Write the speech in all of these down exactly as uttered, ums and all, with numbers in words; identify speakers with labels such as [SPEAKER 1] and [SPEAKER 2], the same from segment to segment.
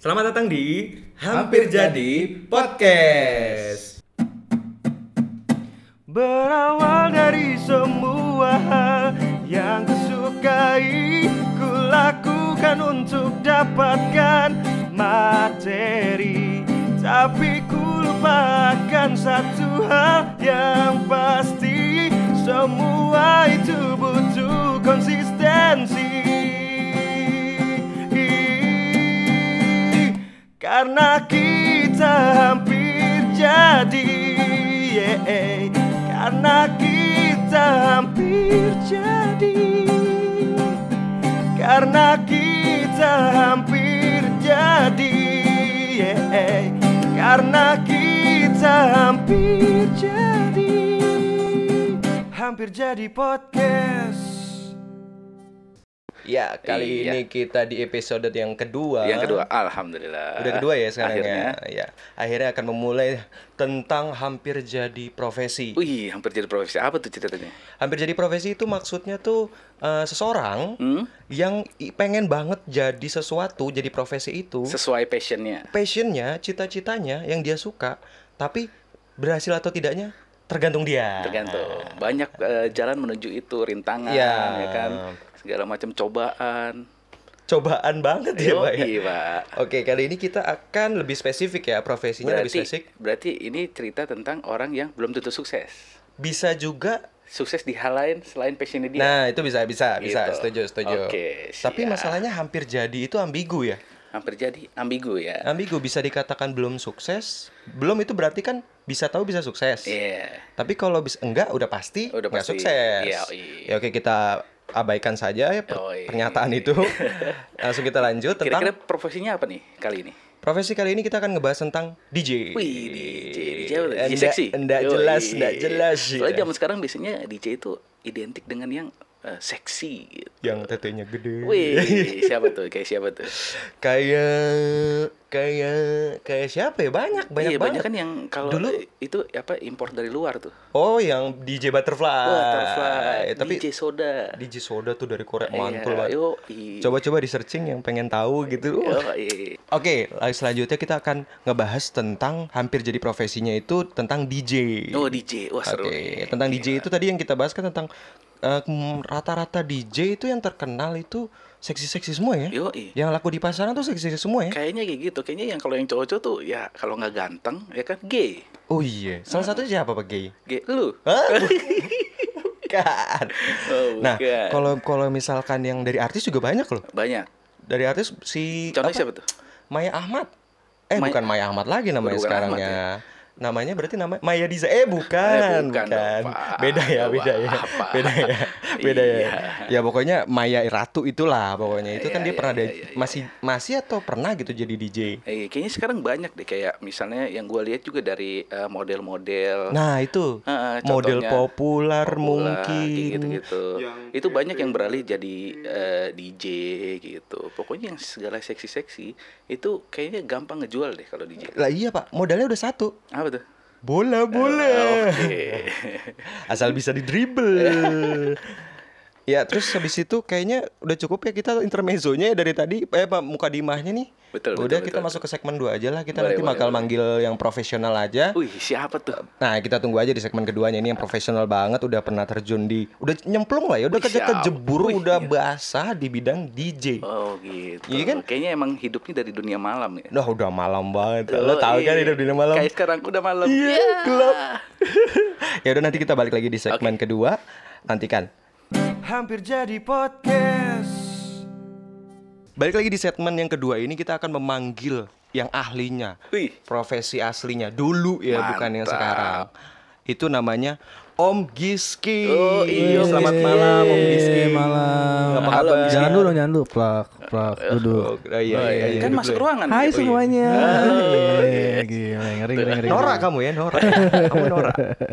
[SPEAKER 1] Selamat datang di Hampir Jadi Podcast. Berawal dari semua hal yang kusukai, ku lakukan untuk dapatkan materi, tapi ku lupakan satu hal yang pasti, semua itu butuh konsistensi. Karena kita hampir jadi, yeah. Karena kita hampir jadi, karena kita hampir jadi, yeah. Karena kita hampir jadi, hampir jadi podcast. Ya, kali iya. ini kita di episode yang kedua.
[SPEAKER 2] Yang kedua, alhamdulillah.
[SPEAKER 1] Udah kedua ya sekarang
[SPEAKER 2] akhirnya.
[SPEAKER 1] ya. Ya, akhirnya akan memulai tentang hampir jadi profesi.
[SPEAKER 2] Wih, hampir jadi profesi. Apa tuh ceritanya?
[SPEAKER 1] Hampir jadi profesi itu maksudnya tuh uh, seseorang hmm? yang pengen banget jadi sesuatu, jadi profesi itu.
[SPEAKER 2] Sesuai passionnya.
[SPEAKER 1] Passionnya, cita-citanya yang dia suka, tapi berhasil atau tidaknya tergantung dia.
[SPEAKER 2] Tergantung. Banyak uh, jalan menuju itu, rintangan,
[SPEAKER 1] ya,
[SPEAKER 2] ya kan? Segala macam cobaan.
[SPEAKER 1] Cobaan banget ya, Pak ya?
[SPEAKER 2] Iya, Pak.
[SPEAKER 1] Oke, kali ini kita akan lebih spesifik ya, profesinya
[SPEAKER 2] berarti,
[SPEAKER 1] lebih spesifik.
[SPEAKER 2] Berarti ini cerita tentang orang yang belum tentu sukses.
[SPEAKER 1] Bisa juga
[SPEAKER 2] sukses di hal lain selain passionnya dia.
[SPEAKER 1] Nah, itu bisa, bisa,
[SPEAKER 2] gitu.
[SPEAKER 1] bisa, setuju, setuju.
[SPEAKER 2] Oke,
[SPEAKER 1] tapi masalahnya hampir jadi itu ambigu ya?
[SPEAKER 2] Hampir jadi, ambigu ya.
[SPEAKER 1] Ambigu, bisa dikatakan belum sukses. Belum itu berarti kan bisa tahu bisa sukses.
[SPEAKER 2] Iya. Yeah.
[SPEAKER 1] Tapi kalau bisa enggak, udah pasti
[SPEAKER 2] udah
[SPEAKER 1] enggak
[SPEAKER 2] pasti.
[SPEAKER 1] sukses.
[SPEAKER 2] Iya, iya.
[SPEAKER 1] Ya oke, kita abaikan saja ya per- oh, iya. pernyataan itu. Langsung kita lanjut tentang.
[SPEAKER 2] Kira-kira profesinya apa nih kali ini?
[SPEAKER 1] Profesi kali ini kita akan ngebahas tentang D J.
[SPEAKER 2] Wih, D J, D J, D J seksi.
[SPEAKER 1] Enggak jelas, enggak jelas.
[SPEAKER 2] Soalnya zaman sekarang biasanya D J itu identik dengan yang uh, seksi gitu.
[SPEAKER 1] Yang tetenya gede.
[SPEAKER 2] Wih, siapa tuh? Kayak siapa tuh?
[SPEAKER 1] Kayak kayak kayak siapa ya? Banyak, banyak
[SPEAKER 2] iya,
[SPEAKER 1] banget.
[SPEAKER 2] Banyak kan yang kalau dulu itu apa impor dari luar tuh.
[SPEAKER 1] Oh, yang D J Butterfly.
[SPEAKER 2] Butterfly.
[SPEAKER 1] Tapi
[SPEAKER 2] D J Soda.
[SPEAKER 1] D J Soda tuh dari Korea, mantul
[SPEAKER 2] iya,
[SPEAKER 1] banget.
[SPEAKER 2] Yo,
[SPEAKER 1] coba-coba di searching yang pengen tahu gitu.
[SPEAKER 2] Yo, iya.
[SPEAKER 1] Oke, selanjutnya kita akan ngebahas tentang hampir jadi profesinya itu tentang D J.
[SPEAKER 2] Oh, D J. Wah, seru.
[SPEAKER 1] Oke, tentang Gila. D J itu tadi yang kita bahas kan tentang uh, rata-rata D J itu yang terkenal itu seksi-seksi semua ya.
[SPEAKER 2] Yoi.
[SPEAKER 1] Yang laku di pasaran tuh seksi-seksi semua ya.
[SPEAKER 2] Kayaknya kayak gitu. Kayaknya yang kalau yang cowok-cowok tuh ya kalau nggak ganteng ya kan gay.
[SPEAKER 1] Oh iya. Salah satunya siapa Pak gay?
[SPEAKER 2] Gay lu.
[SPEAKER 1] Bukan.
[SPEAKER 2] Oh,
[SPEAKER 1] nah, kalau kalau misalkan yang dari artis juga banyak loh.
[SPEAKER 2] Banyak.
[SPEAKER 1] Dari artis si
[SPEAKER 2] contohnya siapa tuh?
[SPEAKER 1] Maya Ahmad. Eh May... bukan Maya Ahmad lagi namanya
[SPEAKER 2] bukan
[SPEAKER 1] sekarangnya.
[SPEAKER 2] Ahmad, ya?
[SPEAKER 1] Namanya berarti nama Maya Diza. Eh bukan,
[SPEAKER 2] eh, bukan.
[SPEAKER 1] bukan.
[SPEAKER 2] Dong,
[SPEAKER 1] beda ya, beda ya.
[SPEAKER 2] Apa?
[SPEAKER 1] Beda ya. Beda
[SPEAKER 2] iya.
[SPEAKER 1] ya. Ya pokoknya Maya Ratu itulah pokoknya. Itu kan
[SPEAKER 2] iya,
[SPEAKER 1] dia pernah
[SPEAKER 2] iya,
[SPEAKER 1] ada
[SPEAKER 2] iya,
[SPEAKER 1] masih
[SPEAKER 2] iya.
[SPEAKER 1] masih atau pernah gitu jadi D J.
[SPEAKER 2] Eh, kayaknya sekarang banyak deh kayak misalnya yang gue lihat juga dari uh, model-model.
[SPEAKER 1] Nah, itu.
[SPEAKER 2] Uh,
[SPEAKER 1] model populer, populer mungkin
[SPEAKER 2] gitu-gitu.
[SPEAKER 1] Yang
[SPEAKER 2] itu banyak yang beralih jadi uh, D J gitu. Pokoknya yang segala seksi-seksi itu kayaknya gampang ngejual deh kalau D J.
[SPEAKER 1] Lah iya, Pak. Modalnya udah satu.
[SPEAKER 2] Apa tuh?
[SPEAKER 1] Bola, bola.
[SPEAKER 2] Uh, okay.
[SPEAKER 1] Asal bisa di-dribble. Ya, terus habis itu kayaknya udah cukup ya kita intermezzonya ya dari tadi. Eh, Pak, muka dimahnya nih.
[SPEAKER 2] Betul,
[SPEAKER 1] udah
[SPEAKER 2] betul,
[SPEAKER 1] kita
[SPEAKER 2] betul.
[SPEAKER 1] masuk ke segmen dua aja lah. Kita
[SPEAKER 2] boleh,
[SPEAKER 1] nanti
[SPEAKER 2] boleh,
[SPEAKER 1] bakal
[SPEAKER 2] boleh.
[SPEAKER 1] manggil yang profesional aja.
[SPEAKER 2] Wih, siapa tuh?
[SPEAKER 1] Nah, kita tunggu aja di segmen keduanya. Ini yang profesional banget, udah pernah terjun di, udah nyemplung lah ya, udah kerja kejebur, Wih, udah iya. basah di bidang D J.
[SPEAKER 2] Oh gitu.
[SPEAKER 1] Iya kan?
[SPEAKER 2] Kayaknya emang hidupnya dari dunia malam ya.
[SPEAKER 1] Nah, udah malam banget.
[SPEAKER 2] Oh,
[SPEAKER 1] Lo tahu
[SPEAKER 2] iya.
[SPEAKER 1] kan hidup dunia malam?
[SPEAKER 2] Kayak sekarang udah malam.
[SPEAKER 1] Iya,
[SPEAKER 2] yeah.
[SPEAKER 1] gelap. Ya udah nanti kita balik lagi di segmen okay. kedua. Nantikan. Hampir jadi podcast. Balik lagi di segmen yang kedua ini kita akan memanggil yang ahlinya,
[SPEAKER 2] Wih.
[SPEAKER 1] profesi aslinya dulu ya,
[SPEAKER 2] Mantap.
[SPEAKER 1] bukan yang sekarang. Itu namanya Om Giski.
[SPEAKER 2] Oh iya,
[SPEAKER 1] selamat malam Om Giski.
[SPEAKER 3] Malam.
[SPEAKER 1] Apa kabar?
[SPEAKER 3] Jangan dulu, jangan dulu, plak, plak, duduk.
[SPEAKER 1] Oh, iya, iya, iya,
[SPEAKER 2] kan
[SPEAKER 1] duduk
[SPEAKER 2] masuk
[SPEAKER 1] dulu.
[SPEAKER 2] ruangan.
[SPEAKER 3] Hai
[SPEAKER 2] gitu.
[SPEAKER 3] semuanya.
[SPEAKER 2] Oh,
[SPEAKER 3] iya, gila, ngeri, ngeri, ngeri.
[SPEAKER 1] Nora kamu ya, Nora. Kamu Nora.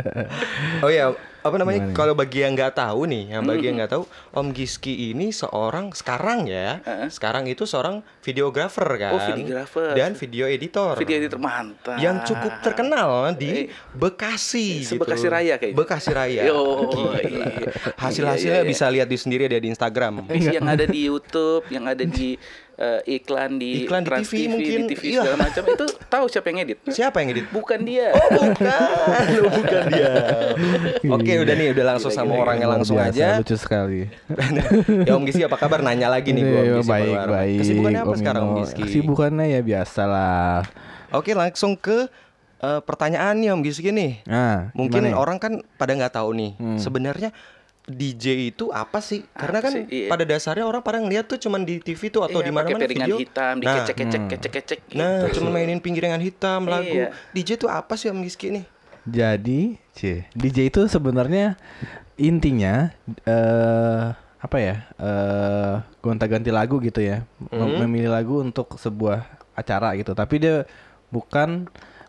[SPEAKER 1] Oh iya, apa namanya?
[SPEAKER 3] Gimana?
[SPEAKER 1] Kalau bagi yang nggak tahu nih, yang bagi yang nggak tahu, Om Giski ini seorang sekarang ya,
[SPEAKER 2] Uh-huh.
[SPEAKER 1] sekarang itu seorang videografer kan,
[SPEAKER 2] Oh, videografer.
[SPEAKER 1] dan video editor,
[SPEAKER 2] Video editor mantap.
[SPEAKER 1] yang cukup terkenal di Bekasi,
[SPEAKER 2] Se-Bekasi
[SPEAKER 1] gitu.
[SPEAKER 2] Raya kayaknya.
[SPEAKER 1] Bekasi Raya.
[SPEAKER 2] Yo,
[SPEAKER 1] Gila.
[SPEAKER 2] iya.
[SPEAKER 1] Hasil-hasilnya
[SPEAKER 2] Iya, iya, iya.
[SPEAKER 1] bisa lihat di sendiri ada di Instagram.
[SPEAKER 2] Yang ada di YouTube, yang ada di uh, iklan di
[SPEAKER 1] Iklan di
[SPEAKER 2] Trans
[SPEAKER 1] T V mungkin,
[SPEAKER 2] di T V
[SPEAKER 1] iya.
[SPEAKER 2] segala macam itu tahu siapa yang edit?
[SPEAKER 1] Siapa yang edit?
[SPEAKER 2] Bukan dia.
[SPEAKER 1] Bukan, oh, bukan dia. Oke, udah nih, udah langsung
[SPEAKER 2] Gila,
[SPEAKER 1] sama
[SPEAKER 2] gila,
[SPEAKER 1] orangnya
[SPEAKER 3] Luar
[SPEAKER 1] langsung
[SPEAKER 3] biasa,
[SPEAKER 1] aja.
[SPEAKER 3] lucu sekali.
[SPEAKER 1] Ya Om Giski apa kabar? Nanya lagi nih gue Om
[SPEAKER 3] Iya,
[SPEAKER 1] Giski.
[SPEAKER 3] baik,
[SPEAKER 1] Baru.
[SPEAKER 3] baik.
[SPEAKER 1] Kesibukannya apa
[SPEAKER 3] Om
[SPEAKER 1] sekarang Om
[SPEAKER 3] Ino.
[SPEAKER 1] Giski?
[SPEAKER 3] Kesibukannya ya biasalah.
[SPEAKER 1] Oke, langsung ke uh, pertanyaannya Om Giski nih.
[SPEAKER 3] Nah,
[SPEAKER 1] Mungkin
[SPEAKER 3] gimana ya?
[SPEAKER 1] orang kan pada nggak tahu nih.
[SPEAKER 3] Hmm.
[SPEAKER 1] Sebenarnya D J itu apa sih? Karena
[SPEAKER 2] Apa
[SPEAKER 1] kan
[SPEAKER 2] sih? Iya.
[SPEAKER 1] pada dasarnya orang pada ngeliat tuh cuman di T V tuh atau
[SPEAKER 2] Iya,
[SPEAKER 1] di
[SPEAKER 2] pakai
[SPEAKER 1] mana-mana
[SPEAKER 2] piringan
[SPEAKER 1] video.
[SPEAKER 2] hitam,
[SPEAKER 1] Nah,
[SPEAKER 2] dikecek-kecek,
[SPEAKER 3] hmm.
[SPEAKER 2] kecek-kecek
[SPEAKER 1] nah,
[SPEAKER 2] gitu.
[SPEAKER 1] cuma mainin piringan hitam, lagu.
[SPEAKER 2] Iya.
[SPEAKER 1] D J itu apa sih Om Giski nih?
[SPEAKER 3] Jadi, C, D J itu sebenarnya intinya eh apa ya? Eh gonta-ganti lagu gitu ya. Mem-
[SPEAKER 1] Hmm.
[SPEAKER 3] Memilih lagu untuk sebuah acara gitu. Tapi dia bukan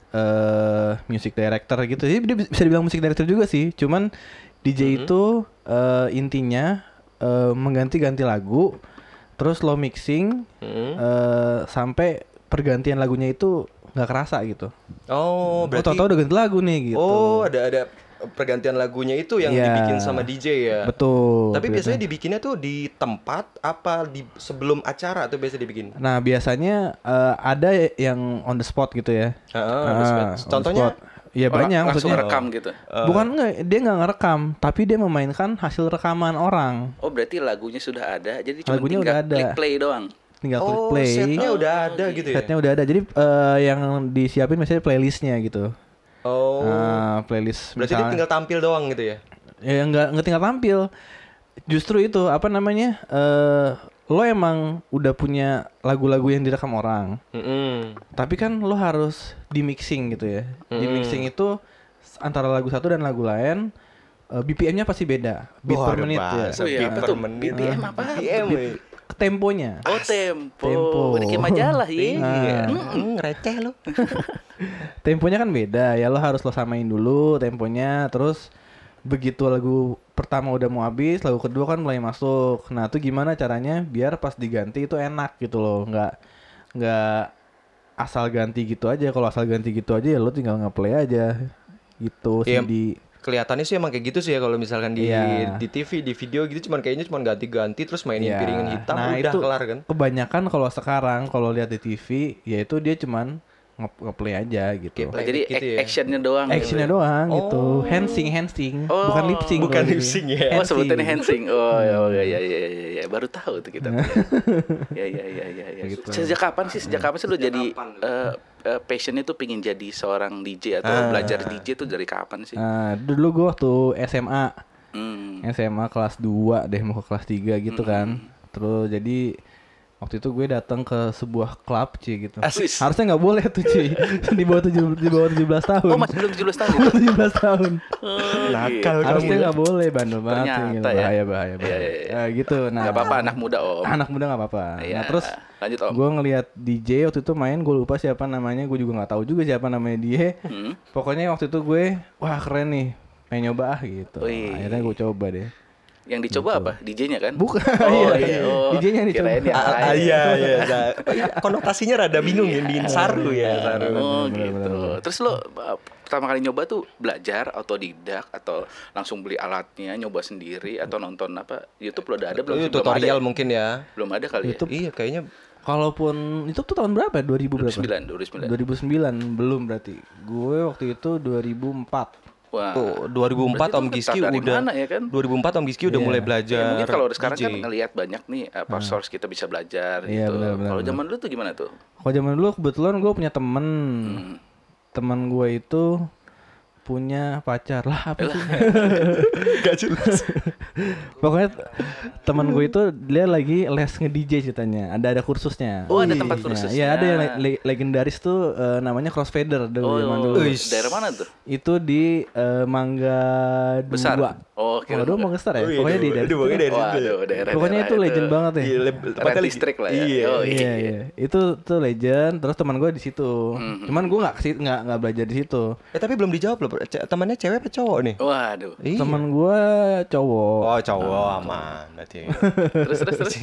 [SPEAKER 3] eh music director gitu. Jadi dia bisa dibilang music director juga sih. Cuman D J
[SPEAKER 1] Mhm.
[SPEAKER 3] itu eh intinya eh mengganti-ganti lagu, terus lo mixing
[SPEAKER 1] Hmm.
[SPEAKER 3] eh sampai pergantian lagunya itu nggak kerasa gitu.
[SPEAKER 1] Oh,
[SPEAKER 3] Oh,
[SPEAKER 1] berarti
[SPEAKER 3] tau-tau udah ganti lagu nih gitu.
[SPEAKER 1] Oh, ada ada pergantian lagunya itu yang
[SPEAKER 3] Iya.
[SPEAKER 1] dibikin sama D J ya.
[SPEAKER 3] Betul.
[SPEAKER 1] Tapi biasanya
[SPEAKER 3] biasanya.
[SPEAKER 1] dibikinnya tuh di tempat apa di sebelum acara tuh biasa dibikin?
[SPEAKER 3] Nah, biasanya eh, ada yang on the spot gitu ya.
[SPEAKER 1] Heeh,
[SPEAKER 3] Ah,
[SPEAKER 1] on the spot.
[SPEAKER 3] on the
[SPEAKER 1] Contohnya
[SPEAKER 3] spot. Iya
[SPEAKER 2] Oh,
[SPEAKER 3] banyak
[SPEAKER 2] langsung
[SPEAKER 3] maksudnya.
[SPEAKER 2] rekam gitu.
[SPEAKER 1] eh,
[SPEAKER 3] Bukan enggak, dia nggak ngerekam, tapi dia memainkan hasil rekaman orang.
[SPEAKER 2] Oh, berarti lagunya sudah ada, jadi cuma
[SPEAKER 3] Lagunya
[SPEAKER 2] tinggal
[SPEAKER 3] udah ada.
[SPEAKER 2] klik play doang.
[SPEAKER 3] Tinggal
[SPEAKER 1] oh,
[SPEAKER 3] klik play.
[SPEAKER 1] setnya udah ada gitu ya.
[SPEAKER 3] Setnya udah ada. Jadi eh, yang disiapin misalnya playlistnya gitu.
[SPEAKER 1] Oh.
[SPEAKER 3] Ah, playlist
[SPEAKER 1] Berarti dia
[SPEAKER 3] misalnya.
[SPEAKER 1] tinggal tampil doang gitu ya.
[SPEAKER 3] Ya nggak nggak tinggal tampil. Justru itu apa namanya? Eh lo emang udah punya lagu-lagu yang direkam orang.
[SPEAKER 1] Mm-mm.
[SPEAKER 3] Tapi kan lo harus di mixing gitu ya. Di
[SPEAKER 1] Hmm.
[SPEAKER 3] mixing itu s- antara lagu satu dan lagu lain eh, B P M-nya pasti beda. Beat
[SPEAKER 1] Wah,
[SPEAKER 3] per
[SPEAKER 1] ada
[SPEAKER 3] menit ya.
[SPEAKER 1] bahasa
[SPEAKER 2] Oh iya,
[SPEAKER 1] beat
[SPEAKER 2] apa
[SPEAKER 1] per
[SPEAKER 2] tuh?
[SPEAKER 1] menit.
[SPEAKER 2] B P M apa?
[SPEAKER 1] B P M. weh.
[SPEAKER 3] Temponya.
[SPEAKER 2] Oh, tempo.
[SPEAKER 3] Tempo.
[SPEAKER 2] Udah kayak majalah ya.
[SPEAKER 1] Iya.
[SPEAKER 3] Ah.
[SPEAKER 1] Mm, receh lu.
[SPEAKER 3] Temponya kan beda. Ya lo harus lo samain dulu temponya, terus begitu lagu pertama udah mau habis, lagu kedua kan mulai masuk. Nah, itu gimana caranya biar pas diganti itu enak gitu loh. Nggak nggak asal ganti gitu aja. Kalau asal ganti gitu aja ya lo tinggal nge-play aja. Gitu
[SPEAKER 1] Iya.
[SPEAKER 3] sih di
[SPEAKER 1] Kelihatannya sih emang kayak gitu sih ya kalau misalkan di
[SPEAKER 3] Iya.
[SPEAKER 1] di T V, di video gitu cuman kayaknya cuman ganti-ganti terus mainin
[SPEAKER 3] Iya.
[SPEAKER 1] piringan hitam
[SPEAKER 3] Nah,
[SPEAKER 1] udah
[SPEAKER 3] itu
[SPEAKER 1] kelar kan.
[SPEAKER 3] kebanyakan kalau sekarang kalau lihat di T V yaitu dia cuman nge- nge-play aja gitu.
[SPEAKER 1] Kayak
[SPEAKER 2] Oh,
[SPEAKER 1] play
[SPEAKER 2] jadi
[SPEAKER 1] gitu
[SPEAKER 2] ac-
[SPEAKER 1] ya.
[SPEAKER 2] actionnya doang.
[SPEAKER 3] Actionnya
[SPEAKER 2] gitu.
[SPEAKER 3] doang gitu.
[SPEAKER 1] Oh.
[SPEAKER 3] Handsing, handsing,
[SPEAKER 2] Oh,
[SPEAKER 3] bukan lip sync.
[SPEAKER 1] bukan
[SPEAKER 3] kalau
[SPEAKER 1] lip
[SPEAKER 3] di-
[SPEAKER 1] sync ya.
[SPEAKER 2] Oh,
[SPEAKER 3] handsing.
[SPEAKER 2] sebutannya handsing. Oh, ya, oh, ya, ya, ya, ya, ya, baru tahu tuh kita. ya, ya, ya, ya, ya.
[SPEAKER 3] Gitu.
[SPEAKER 2] Sejak kapan sih? Sejak kapan sih lu jadi eh eh, passionnya tuh pingin jadi seorang D J atau
[SPEAKER 1] Ah.
[SPEAKER 2] belajar D J tuh dari kapan sih?
[SPEAKER 3] Nah, dulu gue waktu S M A,
[SPEAKER 2] Hmm.
[SPEAKER 3] S M A kelas dua deh mau ke kelas tiga gitu kan. Terus jadi waktu itu gue datang ke sebuah klub Ci gitu.
[SPEAKER 2] Asik.
[SPEAKER 3] Harusnya nggak boleh tuh Ci. di bawah tujuh di bawah tujuh belas tahun.
[SPEAKER 2] Oh, masih belum tujuh belas tahun.
[SPEAKER 3] Di bawah tujuh belas tahun.
[SPEAKER 2] Oh,
[SPEAKER 1] Nakal
[SPEAKER 2] gitu.
[SPEAKER 3] Harusnya nggak boleh, bandel banget sih,
[SPEAKER 2] Ternyata
[SPEAKER 3] gitu.
[SPEAKER 2] ya.
[SPEAKER 3] bahaya bahaya bahaya.
[SPEAKER 2] Iya, iya, iya.
[SPEAKER 3] Eh, gitu. Nah,
[SPEAKER 2] Nggak apa-apa anak muda, Om.
[SPEAKER 3] anak muda nggak apa-apa.
[SPEAKER 2] Iya.
[SPEAKER 3] Nah, terus
[SPEAKER 2] lanjut, Om.
[SPEAKER 3] gue ngelihat D J waktu itu main, gue lupa siapa namanya, gue juga nggak tahu juga siapa namanya dia.
[SPEAKER 2] Hmm.
[SPEAKER 3] Pokoknya waktu itu gue, wah keren nih, pengen nyoba ah gitu.
[SPEAKER 2] Wih.
[SPEAKER 3] Akhirnya gue coba deh.
[SPEAKER 2] Yang dicoba apa? D J-nya kan?
[SPEAKER 3] Bukan,
[SPEAKER 2] Oh,
[SPEAKER 3] iya,
[SPEAKER 2] iya. Oh,
[SPEAKER 3] D J-nya dicoba.
[SPEAKER 2] kirain yang
[SPEAKER 1] Ah, ah,
[SPEAKER 2] lain.
[SPEAKER 1] iya iya. Za- Konotasinya rada bingung ya di saru ya. Saru.
[SPEAKER 2] Oh,
[SPEAKER 3] bener,
[SPEAKER 2] gitu.
[SPEAKER 3] bener, bener.
[SPEAKER 2] Terus lo uh, pertama kali nyoba tuh belajar otodidak atau langsung beli alatnya, nyoba sendiri atau nonton apa? YouTube lo udah ada belum?
[SPEAKER 1] Itu
[SPEAKER 2] sih? Belum
[SPEAKER 1] tutorial
[SPEAKER 2] ada.
[SPEAKER 1] mungkin ya.
[SPEAKER 2] Belum ada kali
[SPEAKER 3] YouTube.
[SPEAKER 2] ya?
[SPEAKER 1] Iya kayaknya
[SPEAKER 3] Kalaupun itu tuh tahun berapa ya? dua ribu
[SPEAKER 2] dua
[SPEAKER 3] berapa?
[SPEAKER 2] ribu sembilan, dua ribu sembilan.
[SPEAKER 3] dua ribu sembilan belum berarti. Gue waktu itu dua ribu empat.
[SPEAKER 2] Wah.
[SPEAKER 1] tuh dua ribu empat
[SPEAKER 2] Berarti
[SPEAKER 1] Om
[SPEAKER 2] itu
[SPEAKER 1] Giski
[SPEAKER 2] dari
[SPEAKER 1] udah
[SPEAKER 2] mana ya kan?
[SPEAKER 1] dua ribu empat Om Giski udah
[SPEAKER 3] Iya.
[SPEAKER 1] mulai
[SPEAKER 2] Ya,
[SPEAKER 1] belajar.
[SPEAKER 2] mungkin kalau sekarang
[SPEAKER 1] D J.
[SPEAKER 2] kan ngelihat banyak nih apa source kita bisa belajar
[SPEAKER 3] Iya,
[SPEAKER 2] gitu.
[SPEAKER 3] benar, benar,
[SPEAKER 2] Kalau
[SPEAKER 3] benar.
[SPEAKER 2] zaman dulu tuh gimana tuh?
[SPEAKER 3] Kalau zaman dulu kebetulan gue punya temen.
[SPEAKER 2] Hmm.
[SPEAKER 3] Temen gue itu punya pacar lah apa sih?
[SPEAKER 1] Gak jelas.
[SPEAKER 3] Pokoknya t- teman gue itu dia lagi les nge-D J ceritanya. Ada ada kursusnya.
[SPEAKER 2] Oh, ada
[SPEAKER 3] Wih.
[SPEAKER 2] tempat kursusnya.
[SPEAKER 3] Iya, ada yang le- le- legendaris tuh eh, namanya Crossfader dulu
[SPEAKER 2] Oh,
[SPEAKER 3] zaman dulu.
[SPEAKER 1] Wih.
[SPEAKER 2] daerah mana tuh?
[SPEAKER 3] Itu di eh, Mangga dua.
[SPEAKER 2] Besar. Oh,
[SPEAKER 3] Mangga dua Mangga Star ya?
[SPEAKER 1] Oh, iya,
[SPEAKER 3] Pokoknya di
[SPEAKER 1] aduh,
[SPEAKER 3] daerah
[SPEAKER 1] aduh,
[SPEAKER 3] situ.
[SPEAKER 1] pokoknya dari situ ya.
[SPEAKER 2] Waduh, daerah
[SPEAKER 3] Pokoknya itu legend banget ya.
[SPEAKER 1] Iya, leb-
[SPEAKER 2] Red
[SPEAKER 1] tempatnya lagi-
[SPEAKER 2] District lah ya.
[SPEAKER 1] Iya.
[SPEAKER 2] Oh,
[SPEAKER 3] Iya, iya. Itu tuh legend. Terus teman gue di situ.
[SPEAKER 2] Mhm.
[SPEAKER 3] Cuman gue nggak kesi- nggak nggak belajar di situ.
[SPEAKER 1] Eh tapi belum dijawab loh. Ce- Temannya cewek apa cowok nih?
[SPEAKER 2] Waduh.
[SPEAKER 1] Iya.
[SPEAKER 3] Teman gue cowok.
[SPEAKER 1] Oh cowok aman berarti.
[SPEAKER 2] Terus terus terus.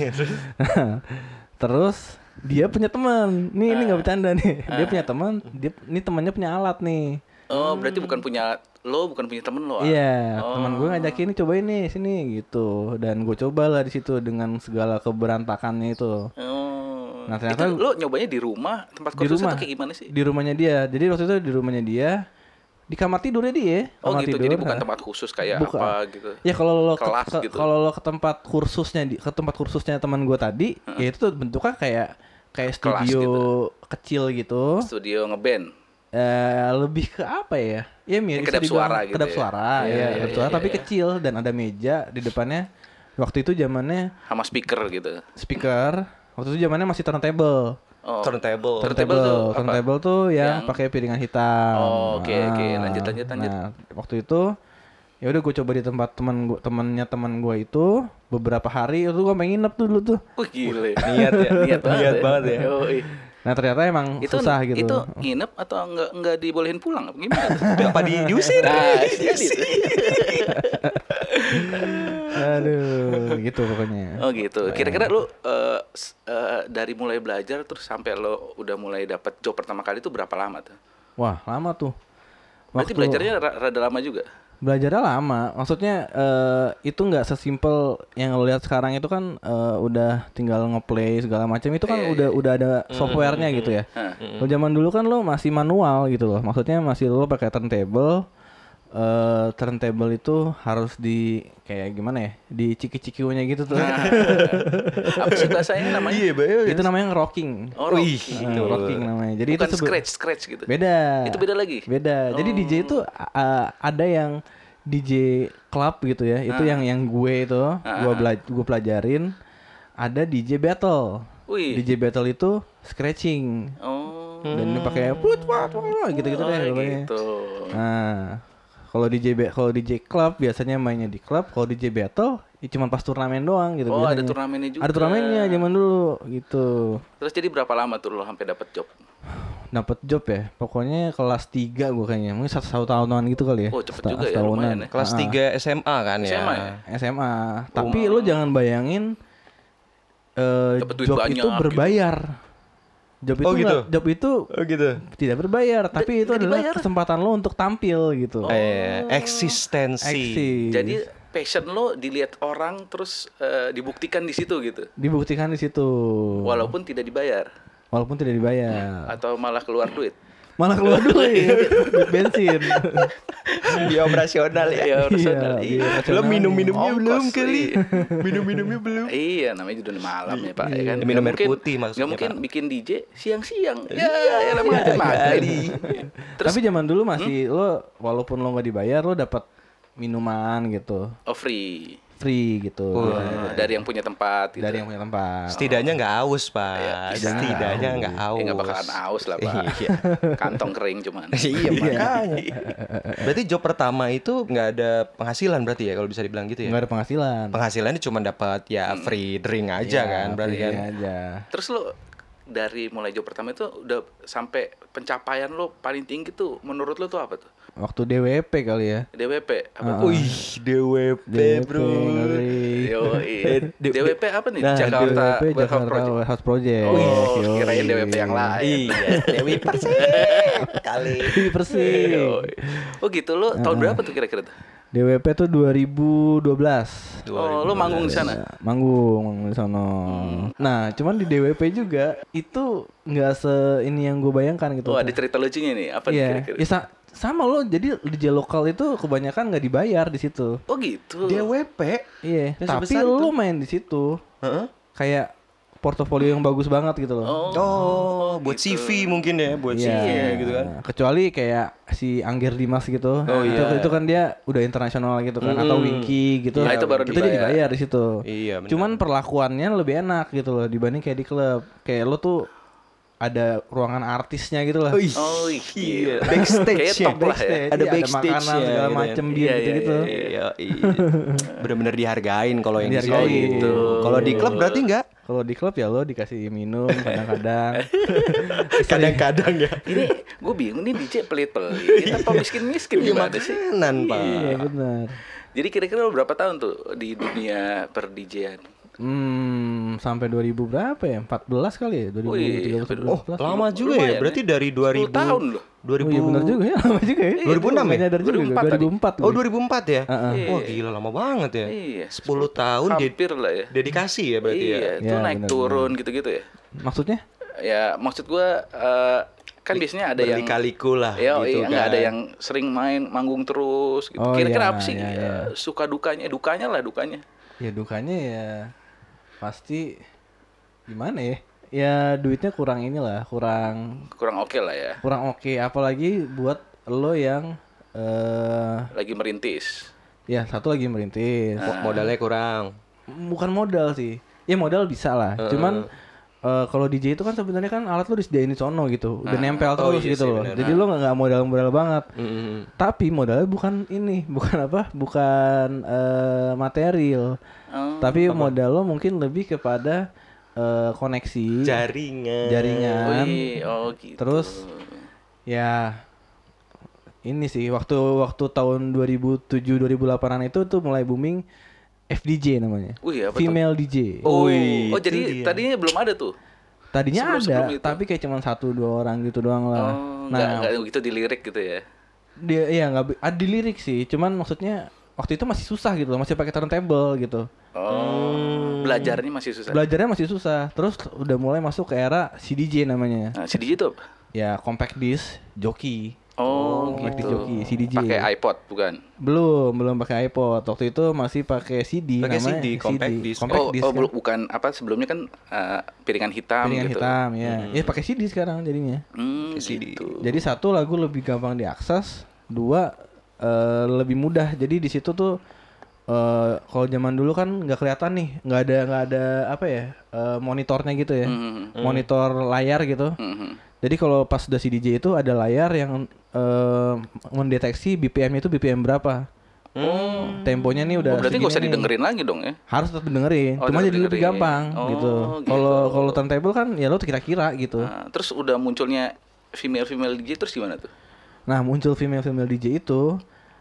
[SPEAKER 3] Terus dia punya teman. Nih ini
[SPEAKER 2] Ah.
[SPEAKER 3] nggak bercanda nih. Dia punya teman. Dia ini temannya punya alat nih.
[SPEAKER 2] Oh, berarti bukan punya lo, bukan punya temen lo. ah?
[SPEAKER 3] Iya,
[SPEAKER 2] Oh.
[SPEAKER 3] teman gue ngajakin ini cobain nih sini gitu. Dan gue cobalah di situ dengan segala keberantakannya itu.
[SPEAKER 2] Oh.
[SPEAKER 3] Nah ternyata
[SPEAKER 2] Itu lo nyobanya di rumah, tempat
[SPEAKER 3] di
[SPEAKER 2] kursusnya
[SPEAKER 3] rumah,
[SPEAKER 2] tuh kayak gimana sih?
[SPEAKER 3] di rumahnya dia. Jadi waktu itu di rumahnya dia, di kamar tidurnya dia.
[SPEAKER 2] Oh
[SPEAKER 3] Kamar
[SPEAKER 2] gitu,
[SPEAKER 3] tidur,
[SPEAKER 2] jadi bukan
[SPEAKER 3] nah.
[SPEAKER 2] tempat khusus kayak
[SPEAKER 3] Bukan.
[SPEAKER 2] apa gitu.
[SPEAKER 3] Ya kalau lo ke,
[SPEAKER 2] Kelas
[SPEAKER 3] ke-
[SPEAKER 2] gitu.
[SPEAKER 3] kalau lo ke tempat kursusnya di ke tempat kursusnya teman gue tadi, ya itu tuh bentuknya kayak kayak
[SPEAKER 2] Kelas
[SPEAKER 3] studio
[SPEAKER 2] gitu.
[SPEAKER 3] kecil gitu.
[SPEAKER 2] Studio ngeband.
[SPEAKER 3] Eh lebih ke apa ya? Ya mirip
[SPEAKER 2] Kedap
[SPEAKER 3] bisa dibilang
[SPEAKER 2] suara gitu
[SPEAKER 3] kedap
[SPEAKER 2] ya?
[SPEAKER 3] suara,
[SPEAKER 2] Iya,
[SPEAKER 3] ya,
[SPEAKER 2] iya,
[SPEAKER 3] kedap
[SPEAKER 2] iya,
[SPEAKER 3] suara
[SPEAKER 2] iya,
[SPEAKER 3] tapi
[SPEAKER 2] iya.
[SPEAKER 3] kecil dan ada meja di depannya. Waktu itu zamannya
[SPEAKER 2] Sama speaker gitu.
[SPEAKER 3] speaker, waktu itu zamannya masih turntable.
[SPEAKER 2] Oh.
[SPEAKER 1] Turntable.
[SPEAKER 2] Turntable tuh apa?
[SPEAKER 3] turntable tuh yang,
[SPEAKER 2] Yang-
[SPEAKER 3] pakai piringan hitam.
[SPEAKER 2] Oh, oke, oke.
[SPEAKER 3] Ah,
[SPEAKER 2] Lanjut, lanjut, lanjut.
[SPEAKER 3] Nah, waktu itu ya udah gue coba di tempat teman gua, temannya teman gue itu beberapa hari itu gue pengen nginep tuh dulu tuh.
[SPEAKER 2] Wih gile.
[SPEAKER 1] Niat ya.
[SPEAKER 2] Niat banget,
[SPEAKER 1] Niat banget ya.
[SPEAKER 2] Yoi.
[SPEAKER 3] Nah ternyata emang
[SPEAKER 2] Itu
[SPEAKER 3] susah gitu.
[SPEAKER 2] itu nginep atau enggak enggak dibolehin pulang apa gimana?
[SPEAKER 1] Apa di diusir?
[SPEAKER 2] Nah, jadi
[SPEAKER 3] Aduh, gitu pokoknya.
[SPEAKER 2] Oh gitu. Kira-kira lu eh, s- eh, dari mulai belajar terus sampai lo udah mulai dapat job pertama kali itu berapa lama tuh?
[SPEAKER 3] Wah lama tuh.
[SPEAKER 2] Berarti belajarnya ra- rada lama juga.
[SPEAKER 3] Belajarnya lama, maksudnya eh, itu nggak sesimpel yang lo lihat sekarang itu kan eh, udah tinggal ngeplay segala macam itu kan
[SPEAKER 2] Iya,
[SPEAKER 3] udah
[SPEAKER 2] iya.
[SPEAKER 3] udah ada softwarenya gitu ya.
[SPEAKER 2] Hah.
[SPEAKER 3] Kalau zaman dulu kan lo masih manual gitu loh, maksudnya masih lo pakai turntable, eh turntable itu harus di kayak gimana ya, di ciki-cikiunya gitu tuh.
[SPEAKER 2] Apa sih bahasanya namanya?
[SPEAKER 1] Iya, Bayo.
[SPEAKER 3] Itu namanya rocking.
[SPEAKER 2] Oh,
[SPEAKER 1] Wih,
[SPEAKER 2] rocking.
[SPEAKER 3] Eh, rocking namanya. Jadi
[SPEAKER 2] Bukan
[SPEAKER 3] itu sebe-
[SPEAKER 2] scratch scratch gitu.
[SPEAKER 3] Beda.
[SPEAKER 2] Itu beda lagi?
[SPEAKER 3] Beda. Jadi
[SPEAKER 2] Oh.
[SPEAKER 3] D J itu uh, ada yang D J club gitu ya. Itu
[SPEAKER 2] Ah.
[SPEAKER 3] yang yang gue itu gua bela- gue pelajarin. Ada D J battle.
[SPEAKER 2] Wih.
[SPEAKER 3] D J battle itu scratching.
[SPEAKER 2] Oh.
[SPEAKER 3] Dan ini pakai put put put gitu-gitu
[SPEAKER 2] Oh,
[SPEAKER 3] deh pokoknya.
[SPEAKER 2] gitu.
[SPEAKER 3] Nah, kalau D J ba- kalau D J club biasanya mainnya di club, kalau D J battle ya cuma pas turnamen doang gitu
[SPEAKER 2] Oh, ada
[SPEAKER 3] biasanya.
[SPEAKER 2] turnamennya juga.
[SPEAKER 3] Ada turnamennya zaman dulu gitu.
[SPEAKER 2] Terus jadi berapa lama tuh lo sampai dapat job?
[SPEAKER 3] Dapat job ya, pokoknya kelas tiga gue kayaknya, mungkin satu, satu tahunan gitu kali ya.
[SPEAKER 2] Oh, cepet
[SPEAKER 3] Seta-
[SPEAKER 2] juga ya,
[SPEAKER 3] setahunan.
[SPEAKER 2] lumayan ya.
[SPEAKER 1] Kelas
[SPEAKER 3] Ah,
[SPEAKER 1] tiga S M A kan ya.
[SPEAKER 2] S M A ya?
[SPEAKER 3] S M A. Tapi lo jangan bayangin eh
[SPEAKER 2] Dapet duit
[SPEAKER 3] job
[SPEAKER 2] banyak
[SPEAKER 3] itu
[SPEAKER 2] gitu.
[SPEAKER 3] berbayar. Job itu
[SPEAKER 1] Oh, gitu?
[SPEAKER 3] nggak- job itu
[SPEAKER 1] Oh gitu.
[SPEAKER 3] tidak berbayar, tapi itu
[SPEAKER 2] nggak
[SPEAKER 3] adalah
[SPEAKER 2] dibayar?
[SPEAKER 3] kesempatan lo untuk tampil gitu.
[SPEAKER 1] Eh, eksistensi.
[SPEAKER 3] Eksis.
[SPEAKER 2] Jadi passion lo dilihat orang terus eh, dibuktikan di situ gitu.
[SPEAKER 3] dibuktikan di situ.
[SPEAKER 2] Walaupun tidak dibayar
[SPEAKER 3] Walaupun tidak dibayar.
[SPEAKER 2] atau malah keluar duit.
[SPEAKER 3] Malah keluar duit, duit bensin.
[SPEAKER 1] Dia operasional ya.
[SPEAKER 2] Iya, personal.
[SPEAKER 3] Iya,
[SPEAKER 2] Iya.
[SPEAKER 3] iya.
[SPEAKER 1] Lo minum-minumnya
[SPEAKER 2] Ongkos,
[SPEAKER 1] belum kali.
[SPEAKER 2] iya.
[SPEAKER 1] Minum-minumnya belum.
[SPEAKER 2] Iya, namanya juga udah malam ya Pak, ya kan.
[SPEAKER 1] Iya, minum
[SPEAKER 2] Nggak
[SPEAKER 1] air
[SPEAKER 2] mungkin-
[SPEAKER 1] putih maksudnya,
[SPEAKER 2] nggak mungkin
[SPEAKER 1] Pak.
[SPEAKER 2] bikin D J siang-siang. Ya, ya lah macam
[SPEAKER 1] kali.
[SPEAKER 3] Tapi zaman dulu masih lo walaupun lo nggak dibayar lo dapat minuman gitu,
[SPEAKER 2] Oh free.
[SPEAKER 3] free gitu.
[SPEAKER 2] Eh, dari yang punya tempat gitu.
[SPEAKER 3] Dari yang punya tempat.
[SPEAKER 1] Setidaknya nggak aus, Pak.
[SPEAKER 2] Iya, bisa.
[SPEAKER 1] Setidaknya nggak aus.
[SPEAKER 2] Ya nggak bakalan aus lah Pak.
[SPEAKER 1] Iya.
[SPEAKER 2] Kantong kering cuman.
[SPEAKER 1] Iya, makanya. Berarti job pertama itu nggak ada penghasilan berarti ya kalau bisa dibilang gitu ya?
[SPEAKER 3] Nggak ada penghasilan.
[SPEAKER 1] Penghasilannya cuma dapat ya free drink aja
[SPEAKER 3] Iya,
[SPEAKER 1] kan berarti
[SPEAKER 3] free
[SPEAKER 1] kan.
[SPEAKER 3] aja.
[SPEAKER 2] Terus lo dari mulai job pertama itu udah sampai pencapaian lo paling tinggi tuh menurut lo tuh apa tuh?
[SPEAKER 3] Waktu D W P kali ya.
[SPEAKER 2] D W P apa?
[SPEAKER 1] Wih, D W P,
[SPEAKER 3] D W P,
[SPEAKER 1] bro.
[SPEAKER 3] ngeri.
[SPEAKER 2] Yo,
[SPEAKER 1] Eh, D-
[SPEAKER 2] D W P apa nih?
[SPEAKER 1] Nah,
[SPEAKER 2] Jakarta
[SPEAKER 3] D W P
[SPEAKER 2] Warehouse
[SPEAKER 3] Jakarta
[SPEAKER 2] Project.
[SPEAKER 3] Warehouse Project.
[SPEAKER 2] Oh,
[SPEAKER 3] Yoi.
[SPEAKER 2] kirain D W P yang lain.
[SPEAKER 1] Iya, Dewi Persik kali.
[SPEAKER 3] Persik.
[SPEAKER 2] Yoi. Oh gitu lo tahun berapa tuh kira-kira tuh?
[SPEAKER 3] D W P tuh dua ribu dua belas.
[SPEAKER 2] Oh, lo manggung di sana.
[SPEAKER 3] Manggung, manggung di sono. Nah, cuman di D W P juga itu nggak se ini yang gue bayangkan gitu.
[SPEAKER 2] Oh, ada cerita lucunya nih. Apa nih
[SPEAKER 3] Iya,
[SPEAKER 2] kira-kira?
[SPEAKER 3] ya, sa- sama lo. Jadi D J lokal itu kebanyakan nggak dibayar di situ.
[SPEAKER 2] Oh gitu.
[SPEAKER 1] D W P.
[SPEAKER 3] Iya,
[SPEAKER 1] Ya,
[SPEAKER 3] tapi
[SPEAKER 1] sebesar
[SPEAKER 3] lo
[SPEAKER 1] itu.
[SPEAKER 3] main di situ
[SPEAKER 1] Heeh.
[SPEAKER 3] kayak portofolio yang bagus banget gitu loh.
[SPEAKER 2] Oh,
[SPEAKER 1] Oh, buat
[SPEAKER 2] gitu.
[SPEAKER 1] C V mungkin ya, buat C V
[SPEAKER 3] Iya,
[SPEAKER 1] gitu kan.
[SPEAKER 3] Kecuali kayak si Angger Dimas gitu.
[SPEAKER 1] Oh,
[SPEAKER 3] itu,
[SPEAKER 1] iya.
[SPEAKER 3] itu kan dia udah internasional gitu kan, atau Winky gitu.
[SPEAKER 2] Nah, itu baru
[SPEAKER 3] dia
[SPEAKER 2] dibayar.
[SPEAKER 3] dibayar di situ.
[SPEAKER 1] Iya, benar.
[SPEAKER 3] Cuman perlakuannya lebih enak gitu loh dibanding kayak di klub. Kayak lo tuh ada ruangan artisnya gitu lah.
[SPEAKER 1] Wih,
[SPEAKER 2] Oh iya.
[SPEAKER 1] Backstage-nya.
[SPEAKER 2] Kayak top lah ya.
[SPEAKER 3] Backstage,
[SPEAKER 1] Ada
[SPEAKER 3] iya,
[SPEAKER 1] backstage-nya
[SPEAKER 3] makanan segala
[SPEAKER 1] gitu ya.
[SPEAKER 3] macem
[SPEAKER 2] Iya,
[SPEAKER 3] bir
[SPEAKER 2] iya,
[SPEAKER 3] gitu-gitu.
[SPEAKER 1] Iya, iya. Bener-bener dihargain kalau yang di
[SPEAKER 3] Dihargain.
[SPEAKER 1] situ gitu. Kalau di klub berarti enggak?
[SPEAKER 3] Kalau di klub ya lo dikasih minum kadang-kadang.
[SPEAKER 1] Kadang-kadang ya.
[SPEAKER 2] Ini gue bingung nih D J pelit-pelit apa miskin-miskin
[SPEAKER 1] Iya,
[SPEAKER 2] gimana sih?
[SPEAKER 1] makanan, Pak.
[SPEAKER 3] Iya benar.
[SPEAKER 2] Jadi kira-kira lo berapa tahun tuh di dunia per D J-an?
[SPEAKER 3] Hmm, sampai dua ribu berapa ya? empat belas kali ya? dua ribu tiga belas.
[SPEAKER 2] Wih,
[SPEAKER 1] Oh, lama juga
[SPEAKER 2] Lumayan
[SPEAKER 1] ya.
[SPEAKER 2] ya.
[SPEAKER 1] Berarti dari dua ribu
[SPEAKER 2] sepuluh tahun loh.
[SPEAKER 1] dua ribu
[SPEAKER 3] Oh iya benar juga ya, lama juga ya.
[SPEAKER 1] dua ribu enam ya?
[SPEAKER 3] Nggak nyadar juga,
[SPEAKER 2] dua ribu empat
[SPEAKER 3] dua ribu empat.
[SPEAKER 1] Oh, dua ribu empat ya?
[SPEAKER 3] Heeh.
[SPEAKER 1] Wah, gila lama banget ya.
[SPEAKER 2] Iya,
[SPEAKER 1] sepuluh tahun de-
[SPEAKER 2] hampir lah ya.
[SPEAKER 1] dedikasi ya berarti
[SPEAKER 2] Iya,
[SPEAKER 1] ya.
[SPEAKER 2] itu
[SPEAKER 3] Ya,
[SPEAKER 2] naik
[SPEAKER 3] benar,
[SPEAKER 2] turun gitu-gitu ya.
[SPEAKER 3] Maksudnya?
[SPEAKER 2] Ya maksud gua uh, kan biasanya ada yang
[SPEAKER 1] berlikaliku lah
[SPEAKER 2] ya,
[SPEAKER 1] gitu
[SPEAKER 2] iya,
[SPEAKER 1] kan.
[SPEAKER 2] ada yang sering main manggung terus gitu.
[SPEAKER 3] Oh,
[SPEAKER 2] Kira-kira
[SPEAKER 3] iya,
[SPEAKER 2] apa sih
[SPEAKER 3] iya,
[SPEAKER 2] ya,
[SPEAKER 3] iya.
[SPEAKER 2] suka dukanya? Dukanya lah dukanya.
[SPEAKER 3] Ya dukanya ya pasti gimana ya? Ya duitnya kurang inilah, kurang
[SPEAKER 2] Kurang oke lah ya.
[SPEAKER 3] kurang oke. Apalagi buat lo yang eh
[SPEAKER 2] Lagi merintis.
[SPEAKER 3] ya satu lagi merintis.
[SPEAKER 1] Mo- modalnya kurang.
[SPEAKER 3] Bukan modal sih. Ya modal bisa lah.
[SPEAKER 1] Heeh.
[SPEAKER 3] Cuman eh, kalau D J itu kan sebenarnya kan alat lo disediain di sono gitu. Udah
[SPEAKER 2] Nah,
[SPEAKER 3] nempel
[SPEAKER 1] oh
[SPEAKER 3] terus
[SPEAKER 1] iya
[SPEAKER 3] gitu
[SPEAKER 1] sih,
[SPEAKER 3] loh.
[SPEAKER 1] bener.
[SPEAKER 3] Jadi lo nggak nggak modal-modal banget.
[SPEAKER 1] Mm-mm.
[SPEAKER 3] Tapi modalnya bukan ini, bukan apa? Bukan eh, material.
[SPEAKER 2] Oh,
[SPEAKER 3] Tapi modal lo mungkin lebih kepada eh, koneksi,
[SPEAKER 1] Jaringan.
[SPEAKER 3] jaringan.
[SPEAKER 2] wih, oh gitu.
[SPEAKER 3] Terus ya ini sih waktu waktu tahun dua ribu tujuh dua ribu delapan-an itu tuh mulai booming F D J namanya.
[SPEAKER 2] Wih, apa tuh?
[SPEAKER 3] Female D J.
[SPEAKER 2] Oh,
[SPEAKER 1] Wih,
[SPEAKER 2] oh
[SPEAKER 1] itu
[SPEAKER 2] jadi
[SPEAKER 1] dia.
[SPEAKER 2] tadinya belum ada tuh.
[SPEAKER 3] Tadinya
[SPEAKER 2] sebelum-sebelum
[SPEAKER 3] ada,
[SPEAKER 2] itu.
[SPEAKER 3] tapi kayak cuma satu dua orang gitu doang lah.
[SPEAKER 2] Oh,
[SPEAKER 3] nah,
[SPEAKER 2] nggak nggak gitu dilirik gitu ya.
[SPEAKER 3] dia iya nggak bi- ada di lirik sih, cuman maksudnya waktu itu masih susah gitu loh, masih pakai turntable gitu.
[SPEAKER 2] Oh, belajarnya masih susah.
[SPEAKER 3] Belajarnya masih susah. Terus udah mulai masuk ke era C D J namanya.
[SPEAKER 2] Nah, C D J itu apa?
[SPEAKER 3] Ya compact disc, joki.
[SPEAKER 2] Oh,
[SPEAKER 3] compact disc
[SPEAKER 2] gitu.
[SPEAKER 3] joki, C D J.
[SPEAKER 2] Pakai iPod bukan?
[SPEAKER 3] Belum, belum pakai iPod. Waktu itu masih pakai C D
[SPEAKER 1] Pakai
[SPEAKER 3] namanya
[SPEAKER 1] C D, compact disc.
[SPEAKER 3] Compact
[SPEAKER 2] oh,
[SPEAKER 3] disc
[SPEAKER 2] oh
[SPEAKER 3] kan.
[SPEAKER 2] belu- bukan apa sebelumnya kan uh, piringan hitam
[SPEAKER 3] Piringan
[SPEAKER 2] gitu.
[SPEAKER 3] hitam ya. Ya pakai C D sekarang jadinya.
[SPEAKER 2] Hmm,
[SPEAKER 1] C D.
[SPEAKER 2] gitu.
[SPEAKER 3] Jadi satu lagu lebih gampang diakses, dua eh, lebih mudah. Jadi di situ tuh eh, kalau zaman dulu kan nggak kelihatan nih, nggak ada nggak ada apa ya eh, monitornya gitu ya,
[SPEAKER 2] Hmm.
[SPEAKER 3] monitor layar gitu.
[SPEAKER 2] Hmm.
[SPEAKER 3] Jadi kalau pas udah C D J itu ada layar yang eh, mendeteksi B P M itu B P M berapa.
[SPEAKER 1] Hmm.
[SPEAKER 3] Temponya nih udah
[SPEAKER 2] Oh, berarti nggak usah
[SPEAKER 3] segini nih.
[SPEAKER 2] didengerin lagi dong ya?
[SPEAKER 3] Harus tetap dengerin.
[SPEAKER 2] Oh,
[SPEAKER 3] Cuma
[SPEAKER 2] tetap
[SPEAKER 3] jadi lebih
[SPEAKER 2] dengerin.
[SPEAKER 3] gampang
[SPEAKER 2] Oh,
[SPEAKER 3] gitu.
[SPEAKER 2] gitu.
[SPEAKER 3] Kalau kalau turntable kan ya lo kira-kira gitu.
[SPEAKER 2] Nah, terus udah munculnya female-female D J terus gimana tuh?
[SPEAKER 3] Nah, muncul female-female D J itu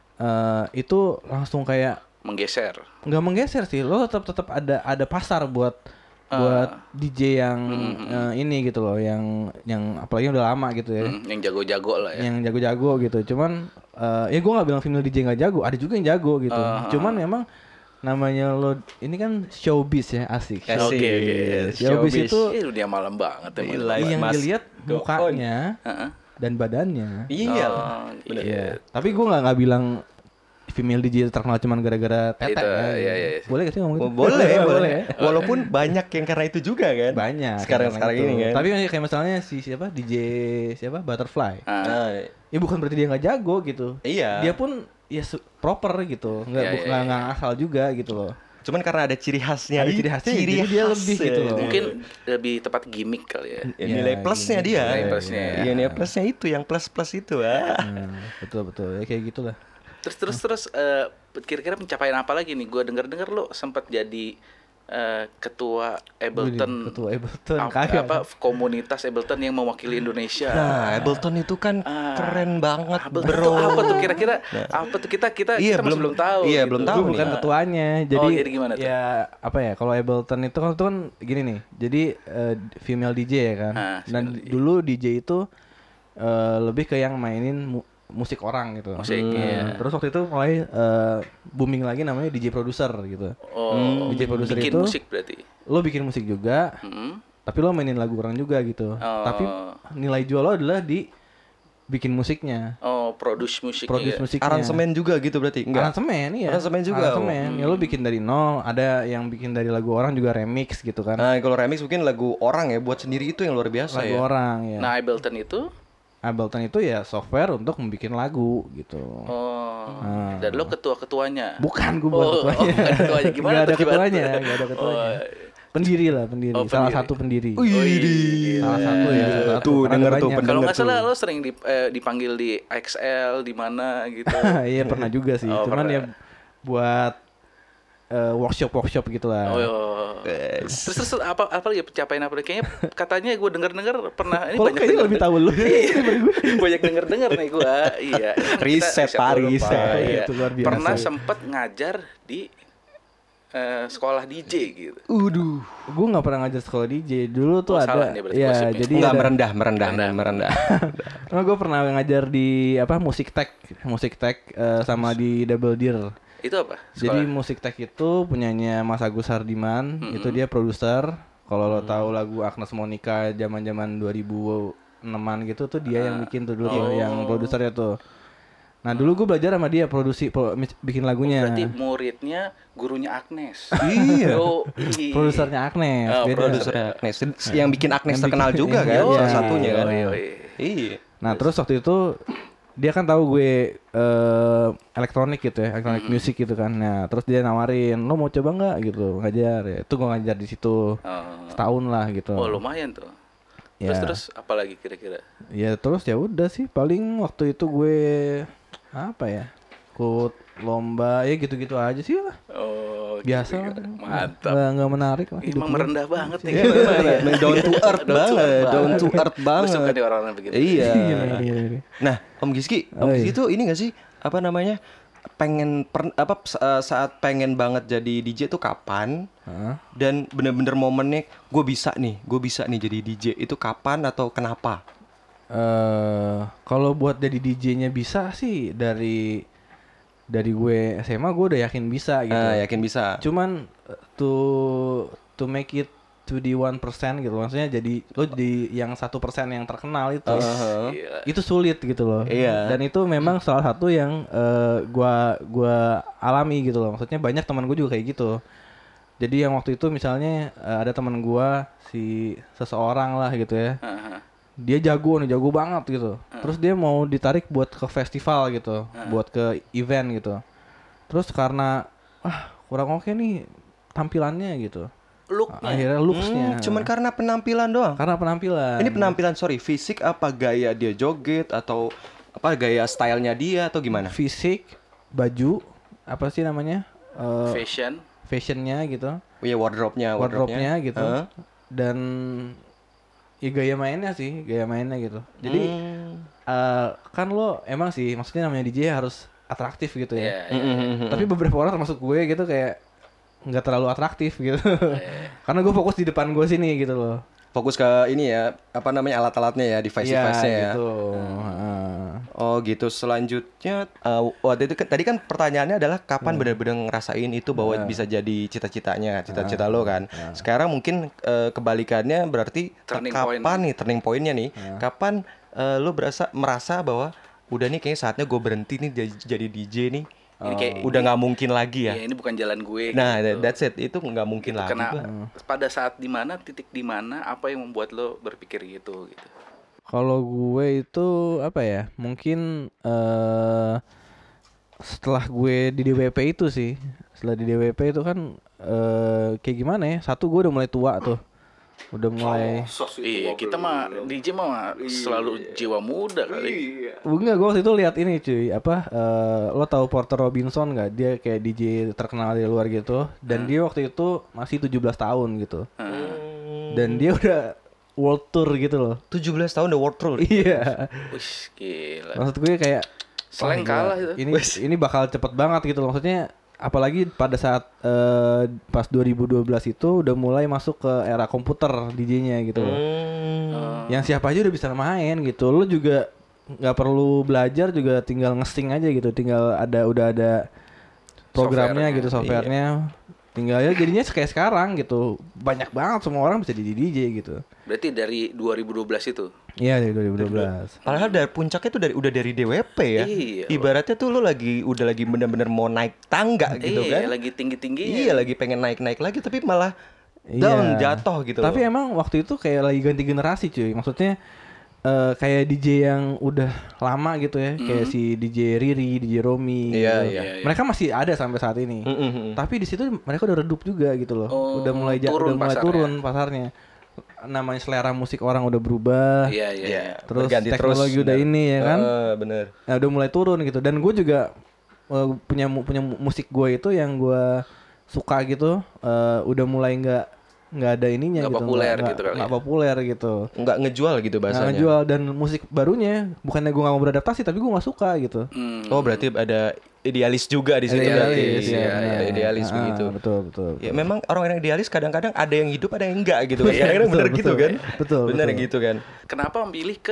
[SPEAKER 3] eh itu langsung kayak
[SPEAKER 2] Menggeser.
[SPEAKER 3] nggak menggeser sih. Lo tetap tetap ada ada pasar buat buat D J yang eh, ini gitu loh, yang yang apalagi udah lama gitu ya.
[SPEAKER 2] Hmm, yang jago-jago lah ya.
[SPEAKER 3] Yang jago-jago gitu. Cuman eh, ya gue nggak bilang female D J nggak jago, ada juga yang jago gitu. Cuman memang namanya lo ini kan showbiz ya, asik.
[SPEAKER 1] Asik.
[SPEAKER 2] Oke, oke.
[SPEAKER 3] Showbiz
[SPEAKER 1] Showbiz.
[SPEAKER 3] itu
[SPEAKER 2] Eh, dunia malam banget emang.
[SPEAKER 1] Gila. Life
[SPEAKER 3] yang
[SPEAKER 1] must
[SPEAKER 3] dilihat
[SPEAKER 1] go
[SPEAKER 3] mukanya
[SPEAKER 2] Heeh.
[SPEAKER 3] dan badannya.
[SPEAKER 1] Iya.
[SPEAKER 2] Oh,
[SPEAKER 1] Bener.
[SPEAKER 2] iya.
[SPEAKER 3] Tapi gue nggak nggak bilang female D J terkenal cuman gara-gara tete
[SPEAKER 2] Itu,
[SPEAKER 3] ya.
[SPEAKER 2] iya, iya.
[SPEAKER 3] Boleh gak sih ngomong gitu?
[SPEAKER 1] Oh, boleh, boleh.
[SPEAKER 3] ya?
[SPEAKER 1] Walaupun banyak yang karena itu juga kan.
[SPEAKER 3] Banyak.
[SPEAKER 1] Sekarang
[SPEAKER 3] yang
[SPEAKER 1] sekarang
[SPEAKER 3] itu.
[SPEAKER 1] ini kan.
[SPEAKER 3] Tapi kayak misalnya si siapa D J siapa Butterfly.
[SPEAKER 2] Ah,
[SPEAKER 1] Nah,
[SPEAKER 3] Ya bukan berarti dia nggak jago gitu.
[SPEAKER 1] iya.
[SPEAKER 3] Dia pun ya su- proper gitu. Nggak
[SPEAKER 2] Iya,
[SPEAKER 3] bu-
[SPEAKER 2] iya,
[SPEAKER 3] nggak
[SPEAKER 2] iya.
[SPEAKER 3] nggak asal juga gitu loh.
[SPEAKER 1] Cuman karena ada ciri khasnya.
[SPEAKER 3] Ada ciri khasnya,
[SPEAKER 1] ciri
[SPEAKER 3] jadi dia
[SPEAKER 1] khas
[SPEAKER 3] lebih
[SPEAKER 1] ya
[SPEAKER 3] gitu loh.
[SPEAKER 1] itu.
[SPEAKER 2] mungkin lebih tepat gimmick kali ya.
[SPEAKER 1] Ya,
[SPEAKER 3] Ya,
[SPEAKER 1] nilai plusnya
[SPEAKER 3] gini.
[SPEAKER 1] dia.
[SPEAKER 2] Nilai plusnya ya.
[SPEAKER 1] Iya, nilai plusnya itu yang plus-plus itu ah.
[SPEAKER 3] Hmm, betul betul ya kayak gitulah.
[SPEAKER 2] Terus terus terus eh, kira-kira pencapaian apa lagi nih? Gua dengar-dengar lo sempat jadi eh, ketua Ableton.
[SPEAKER 3] Wih, ketua Ableton,
[SPEAKER 2] apa,
[SPEAKER 3] kagak.
[SPEAKER 2] apa komunitas Ableton yang mewakili Indonesia.
[SPEAKER 1] Nah, Ableton itu kan
[SPEAKER 2] Ah,
[SPEAKER 1] keren banget,
[SPEAKER 2] Ableton
[SPEAKER 1] bro.
[SPEAKER 2] tuh apa tuh kira-kira? Apa tuh kita kita
[SPEAKER 1] Iya,
[SPEAKER 2] kita masih
[SPEAKER 1] belum-
[SPEAKER 2] belum tahu.
[SPEAKER 1] iya,
[SPEAKER 2] gitu.
[SPEAKER 1] belum tahu
[SPEAKER 3] Gue
[SPEAKER 1] nih.
[SPEAKER 3] bukan
[SPEAKER 2] Nah,
[SPEAKER 3] ketuanya. Jadi,
[SPEAKER 2] Oh, jadi gimana tuh?
[SPEAKER 3] ya apa ya? Kalau Ableton itu kan itu kan gini nih. Jadi eh, female D J ya kan.
[SPEAKER 2] Ah,
[SPEAKER 3] Dan
[SPEAKER 2] female D J.
[SPEAKER 3] dulu D J itu eh, lebih ke yang mainin mu- musik orang gitu.
[SPEAKER 2] Musik,
[SPEAKER 3] Hmm.
[SPEAKER 2] iya.
[SPEAKER 3] Terus waktu itu mulai eh, booming lagi namanya D J producer gitu.
[SPEAKER 2] Oh,
[SPEAKER 3] D J producer
[SPEAKER 2] bikin
[SPEAKER 3] itu
[SPEAKER 2] musik berarti.
[SPEAKER 3] lo bikin musik juga,
[SPEAKER 2] Hmm.
[SPEAKER 3] tapi lo mainin lagu orang juga gitu.
[SPEAKER 2] Oh.
[SPEAKER 3] Tapi nilai jual lo adalah di bikin musiknya,
[SPEAKER 2] Oh, produce musik.
[SPEAKER 3] produce musiknya.
[SPEAKER 1] Aransemen juga gitu berarti? Enggak.
[SPEAKER 3] Aransemen iya.
[SPEAKER 1] Aransemen juga,
[SPEAKER 3] Aransemen. Ya lo bikin dari nol, ada yang bikin dari lagu orang juga remix gitu kan.
[SPEAKER 1] Nah, kalau remix mungkin lagu orang ya, buat sendiri itu yang luar biasa
[SPEAKER 3] Lagu
[SPEAKER 1] ya.
[SPEAKER 3] orang ya.
[SPEAKER 2] Nah, Ableton itu
[SPEAKER 3] Ableton itu ya software untuk membuat lagu gitu.
[SPEAKER 2] oh,
[SPEAKER 3] Ah.
[SPEAKER 2] dan lo ketua-ketuanya.
[SPEAKER 3] Bukan gue bukan
[SPEAKER 2] Oh, oh,
[SPEAKER 3] ketuanya.
[SPEAKER 2] bukan ketuanya. Gimana
[SPEAKER 3] Nggak ada
[SPEAKER 2] tuh, gimana
[SPEAKER 3] ketuanya,
[SPEAKER 2] tuh?
[SPEAKER 3] nggak ada ketuanya.
[SPEAKER 2] Oh,
[SPEAKER 3] Pendiri lah, pendiri.
[SPEAKER 2] Oh,
[SPEAKER 3] Salah
[SPEAKER 2] pendiri.
[SPEAKER 3] satu pendiri.
[SPEAKER 1] Wih,
[SPEAKER 3] Salah satu ya. salah satu.
[SPEAKER 1] Tuh,
[SPEAKER 3] Karena
[SPEAKER 1] denger
[SPEAKER 3] ada
[SPEAKER 1] tuh,
[SPEAKER 3] banyak.
[SPEAKER 2] kalau nggak
[SPEAKER 1] tuh.
[SPEAKER 2] salah lo sering di- eh, dipanggil di X L di mana gitu.
[SPEAKER 3] Iya pernah juga sih.
[SPEAKER 2] Oh,
[SPEAKER 3] Cuman
[SPEAKER 2] pernah.
[SPEAKER 3] ya buat eh, workshop-workshop gitu lah.
[SPEAKER 2] Oh, iya.
[SPEAKER 1] Yes.
[SPEAKER 2] Terus, terus apa apa lagi pencapaian apa lagi? Kayaknya katanya gue denger-dengar pernah ini
[SPEAKER 3] Kalau
[SPEAKER 2] banyak
[SPEAKER 3] kayaknya
[SPEAKER 2] denger-
[SPEAKER 3] lebih tahu lu.
[SPEAKER 2] banyak denger-denger nih gue. Iya. Kita
[SPEAKER 1] Riset, Pak,
[SPEAKER 2] dulu,
[SPEAKER 1] riset.
[SPEAKER 2] Pak. Iya.
[SPEAKER 3] Itu luar biasa.
[SPEAKER 2] Pernah sempet ngajar di eh, sekolah D J gitu.
[SPEAKER 1] Uduh.
[SPEAKER 3] Gue nggak pernah ngajar sekolah D J. Dulu tuh
[SPEAKER 2] Oh,
[SPEAKER 3] ada.
[SPEAKER 2] salah nih berarti
[SPEAKER 3] Ya
[SPEAKER 2] gosipnya.
[SPEAKER 3] jadi
[SPEAKER 1] Enggak
[SPEAKER 3] ada-
[SPEAKER 1] merendah, merendah,
[SPEAKER 2] Merendah.
[SPEAKER 1] merendah.
[SPEAKER 3] Nah, gue pernah ngajar di apa musik tech, musik tech eh, sama di Double Deer.
[SPEAKER 2] Itu apa?
[SPEAKER 3] Jadi
[SPEAKER 2] Sekolah?
[SPEAKER 3] musik tech itu punyanya Mas Agus Hardiman, itu dia produser, Kalau lo tahu lagu Agnes Monica zaman-zaman dua ribu enaman gitu tuh dia yang bikin tuh dulu tuh,
[SPEAKER 2] Oh.
[SPEAKER 3] yang produsernya tuh. Nah dulu gue belajar sama dia produksi pro- mis- bikin lagunya.
[SPEAKER 2] Berarti muridnya gurunya Agnes.
[SPEAKER 1] Iya.
[SPEAKER 2] Oh, iya.
[SPEAKER 3] Produsernya Agnes.
[SPEAKER 2] Oh,
[SPEAKER 3] beda.
[SPEAKER 1] Produser Agnes yang bikin Agnes
[SPEAKER 3] Yang
[SPEAKER 1] terkenal
[SPEAKER 3] bikin-
[SPEAKER 1] juga kan,
[SPEAKER 3] iya,
[SPEAKER 1] salah
[SPEAKER 3] iya,
[SPEAKER 1] satunya kan.
[SPEAKER 2] iya, iya.
[SPEAKER 1] Iya.
[SPEAKER 3] Nah terus waktu itu dia kan tahu gue eh, elektronik gitu ya, elektronik music gitu kan. Nah terus dia nawarin, lo mau coba nggak gitu ngajar ya. Itu gue ngajar di situ
[SPEAKER 2] Oh.
[SPEAKER 3] setahun lah gitu.
[SPEAKER 2] Oh, lumayan tuh.
[SPEAKER 3] Ya.
[SPEAKER 2] Terus terus apa lagi kira-kira?
[SPEAKER 3] Ya terus ya udah sih paling waktu itu gue apa ya, ikut lomba ya gitu-gitu aja sih lah.
[SPEAKER 2] Oh,
[SPEAKER 3] Biasa
[SPEAKER 2] gitu,
[SPEAKER 3] lah.
[SPEAKER 2] gitu. Mantap.
[SPEAKER 3] Nggak, nggak menarik lah hidup
[SPEAKER 2] Emang
[SPEAKER 3] gue.
[SPEAKER 2] merendah banget nih.
[SPEAKER 1] Iya, bener. Down to earth banget, down to earth
[SPEAKER 2] Gue
[SPEAKER 1] banget.
[SPEAKER 2] suka nih orang-orang begitu.
[SPEAKER 1] Iya.
[SPEAKER 3] Iya, iya, iya.
[SPEAKER 1] Nah, Om Giski, Om
[SPEAKER 3] Oh,
[SPEAKER 1] Giski
[SPEAKER 3] iya.
[SPEAKER 1] tuh ini gak sih apa namanya? Pengen per, apa sa- saat pengen banget jadi D J tuh kapan?
[SPEAKER 3] Hah?
[SPEAKER 1] Dan bener-bener momennya gue bisa nih, gue bisa nih jadi D J itu kapan atau kenapa?
[SPEAKER 3] Eh, kalau buat jadi D J-nya bisa sih dari dari gue S M A gue udah yakin bisa gitu.
[SPEAKER 1] Eh, yakin bisa.
[SPEAKER 3] Cuman eh, to to make it to the one percent gitu, maksudnya jadi lo di yang satu persen yang terkenal itu
[SPEAKER 1] Uh-huh.
[SPEAKER 2] Gila.
[SPEAKER 3] itu sulit gitu loh.
[SPEAKER 1] Iya.
[SPEAKER 3] Dan itu memang salah satu yang eh, gua gua alami gitu loh. Maksudnya banyak teman gue juga kayak gitu. Jadi yang waktu itu misalnya eh, ada teman gua si seseorang lah gitu ya.
[SPEAKER 2] Aha.
[SPEAKER 3] Dia jago nih, jago banget gitu. Terus dia mau ditarik buat ke festival gitu, buat ke event gitu. Terus karena ah kurang oke nih tampilannya gitu.
[SPEAKER 2] Looknya.
[SPEAKER 3] Akhirnya looks-nya.
[SPEAKER 1] Hmm, cuman karena penampilan doang.
[SPEAKER 3] karena penampilan.
[SPEAKER 1] Ini penampilan sorry, fisik apa gaya dia joget atau apa gaya stylenya dia atau gimana?
[SPEAKER 3] Fisik, baju, apa sih namanya? Eh,
[SPEAKER 2] Fashion.
[SPEAKER 3] fashionnya gitu,
[SPEAKER 1] Oh iya, wardrobe-nya,
[SPEAKER 3] wardrobe-nya gitu.
[SPEAKER 1] Heeh.
[SPEAKER 3] Dan ya gaya mainnya sih, gaya mainnya gitu. Jadi
[SPEAKER 1] Hmm.
[SPEAKER 3] eh, kan lo emang sih maksudnya namanya D J harus atraktif gitu
[SPEAKER 2] Iya,
[SPEAKER 3] ya.
[SPEAKER 2] iya.
[SPEAKER 3] Tapi beberapa orang termasuk gue gitu kayak nggak terlalu atraktif gitu. Karena gue fokus di depan gue sini gitu loh.
[SPEAKER 1] Fokus ke ini ya, apa namanya alat-alatnya ya, device-device-nya ya.
[SPEAKER 3] gitu. Heeh.
[SPEAKER 1] Oh gitu. Selanjutnya uh, waktu itu kan tadi kan pertanyaannya adalah kapan
[SPEAKER 3] Hmm.
[SPEAKER 1] benar-benar ngerasain itu bahwa bisa jadi cita-citanya, cita-cita lo kan.
[SPEAKER 3] Hmm.
[SPEAKER 1] Sekarang mungkin uh, kebalikannya berarti te-
[SPEAKER 2] Turning
[SPEAKER 1] kapan
[SPEAKER 2] point.
[SPEAKER 1] nih turning point-nya nih?
[SPEAKER 3] Hmm.
[SPEAKER 1] Kapan uh, lo berasa merasa bahwa udah nih kayaknya saatnya gue berhenti nih jadi, jadi D J nih.
[SPEAKER 2] Ini kayak
[SPEAKER 1] Udah nggak mungkin lagi ya.
[SPEAKER 2] Iya, ini bukan jalan gue.
[SPEAKER 1] Nah,
[SPEAKER 2] gitu.
[SPEAKER 1] that's it. Itu nggak mungkin lagi.
[SPEAKER 2] Karena
[SPEAKER 1] gua.
[SPEAKER 2] pada saat di mana, titik di mana, apa yang membuat lo berpikir gitu gitu.
[SPEAKER 3] Kalau gue itu apa ya? Mungkin eh setelah gue di D W P itu sih. Setelah di D W P itu kan eh kayak gimana ya? Satu gue udah mulai tua tuh. Udah mulai
[SPEAKER 2] Iya, kita mah D J mah selalu jiwa muda kali.
[SPEAKER 3] Enggak, gue waktu itu lihat ini cuy, apa eh, lo tahu Porter Robinson nggak? Dia kayak D J terkenal di luar gitu, dan dia waktu itu masih tujuh belas tahun gitu, dan dia udah world tour gitu loh.
[SPEAKER 1] tujuh belas tahun udah world tour.
[SPEAKER 3] Iya,
[SPEAKER 2] Wih, gila.
[SPEAKER 3] maksud gue kayak
[SPEAKER 2] Selain
[SPEAKER 3] wah, gila,
[SPEAKER 2] kalah itu.
[SPEAKER 3] Ini ini bakal cepet banget gitu loh, maksudnya apalagi pada saat eh, pas dua ribu dua belas itu udah mulai masuk ke era komputer D J-nya gitu loh.
[SPEAKER 1] Hmm.
[SPEAKER 3] Yang siapa aja udah bisa main gitu. Lo juga nggak perlu belajar, juga tinggal ngesting aja gitu. Tinggal ada udah ada programnya
[SPEAKER 2] Software-nya,
[SPEAKER 3] gitu, softwarenya. Tinggal ya jadinya kayak sekarang gitu. Banyak banget semua orang bisa jadi D J gitu.
[SPEAKER 2] Berarti dari dua ribu dua belas itu.
[SPEAKER 3] Iya dari dua ribu dua belas.
[SPEAKER 1] Padahal dari puncaknya tuh dari udah dari D W P ya.
[SPEAKER 2] Iya.
[SPEAKER 1] Ibaratnya tuh lo lagi udah lagi bener-bener mau naik tangga gitu
[SPEAKER 2] iya,
[SPEAKER 1] kan.
[SPEAKER 2] lagi tinggi-tingginya.
[SPEAKER 1] Iya, lagi pengen naik-naik lagi tapi malah down, jatuh gitu
[SPEAKER 3] Tapi
[SPEAKER 1] loh.
[SPEAKER 3] emang waktu itu kayak lagi ganti generasi cuy. Maksudnya eh, kayak D J yang udah lama gitu ya, kayak si D J Riri, D J Romi.
[SPEAKER 1] Iya,
[SPEAKER 3] gitu.
[SPEAKER 1] iya.
[SPEAKER 2] iya.
[SPEAKER 3] Mereka masih ada sampai saat ini.
[SPEAKER 1] Mm-mm.
[SPEAKER 3] Tapi di situ mereka udah redup juga gitu loh.
[SPEAKER 2] Oh,
[SPEAKER 3] udah mulai ja-
[SPEAKER 2] turun
[SPEAKER 3] udah mulai
[SPEAKER 2] pasarnya.
[SPEAKER 3] turun pasarnya. Namanya selera musik orang udah berubah.
[SPEAKER 2] Iya, iya.
[SPEAKER 1] Iya,
[SPEAKER 2] iya.
[SPEAKER 3] Terus
[SPEAKER 1] berganti
[SPEAKER 3] teknologi udah
[SPEAKER 1] bener.
[SPEAKER 3] ini ya kan.
[SPEAKER 1] Eh, bener.
[SPEAKER 3] Nah, udah mulai turun gitu. Dan gue juga eh, punya mu- punya mu- musik gue itu yang gue suka gitu, eh, udah mulai nggak nggak ada ininya
[SPEAKER 2] Nggak
[SPEAKER 3] gitu.
[SPEAKER 2] populer
[SPEAKER 3] nggak-
[SPEAKER 2] gitu kali
[SPEAKER 3] nggak
[SPEAKER 2] ya.
[SPEAKER 3] populer gitu.
[SPEAKER 1] Nggak ngejual gitu
[SPEAKER 3] Nggak
[SPEAKER 1] bahasanya.
[SPEAKER 3] ngejual, dan musik barunya bukannya gue nggak mau beradaptasi, tapi gue nggak suka gitu.
[SPEAKER 2] Hmm.
[SPEAKER 1] Oh, berarti ada idealis juga di situ
[SPEAKER 3] Idealis,
[SPEAKER 1] berarti.
[SPEAKER 3] iya,
[SPEAKER 1] Iya,
[SPEAKER 3] benar.
[SPEAKER 1] idealis
[SPEAKER 3] Ah,
[SPEAKER 1] begitu.
[SPEAKER 3] Betul betul.
[SPEAKER 1] Ya memang orang-orang idealis kadang-kadang ada yang hidup ada yang enggak gitu kan. Kadang-kadang bener
[SPEAKER 3] Betul,
[SPEAKER 1] gitu
[SPEAKER 3] betul.
[SPEAKER 1] kan.
[SPEAKER 3] Betul,
[SPEAKER 1] Bener
[SPEAKER 3] betul.
[SPEAKER 1] gitu kan.
[SPEAKER 2] Kenapa memilih ke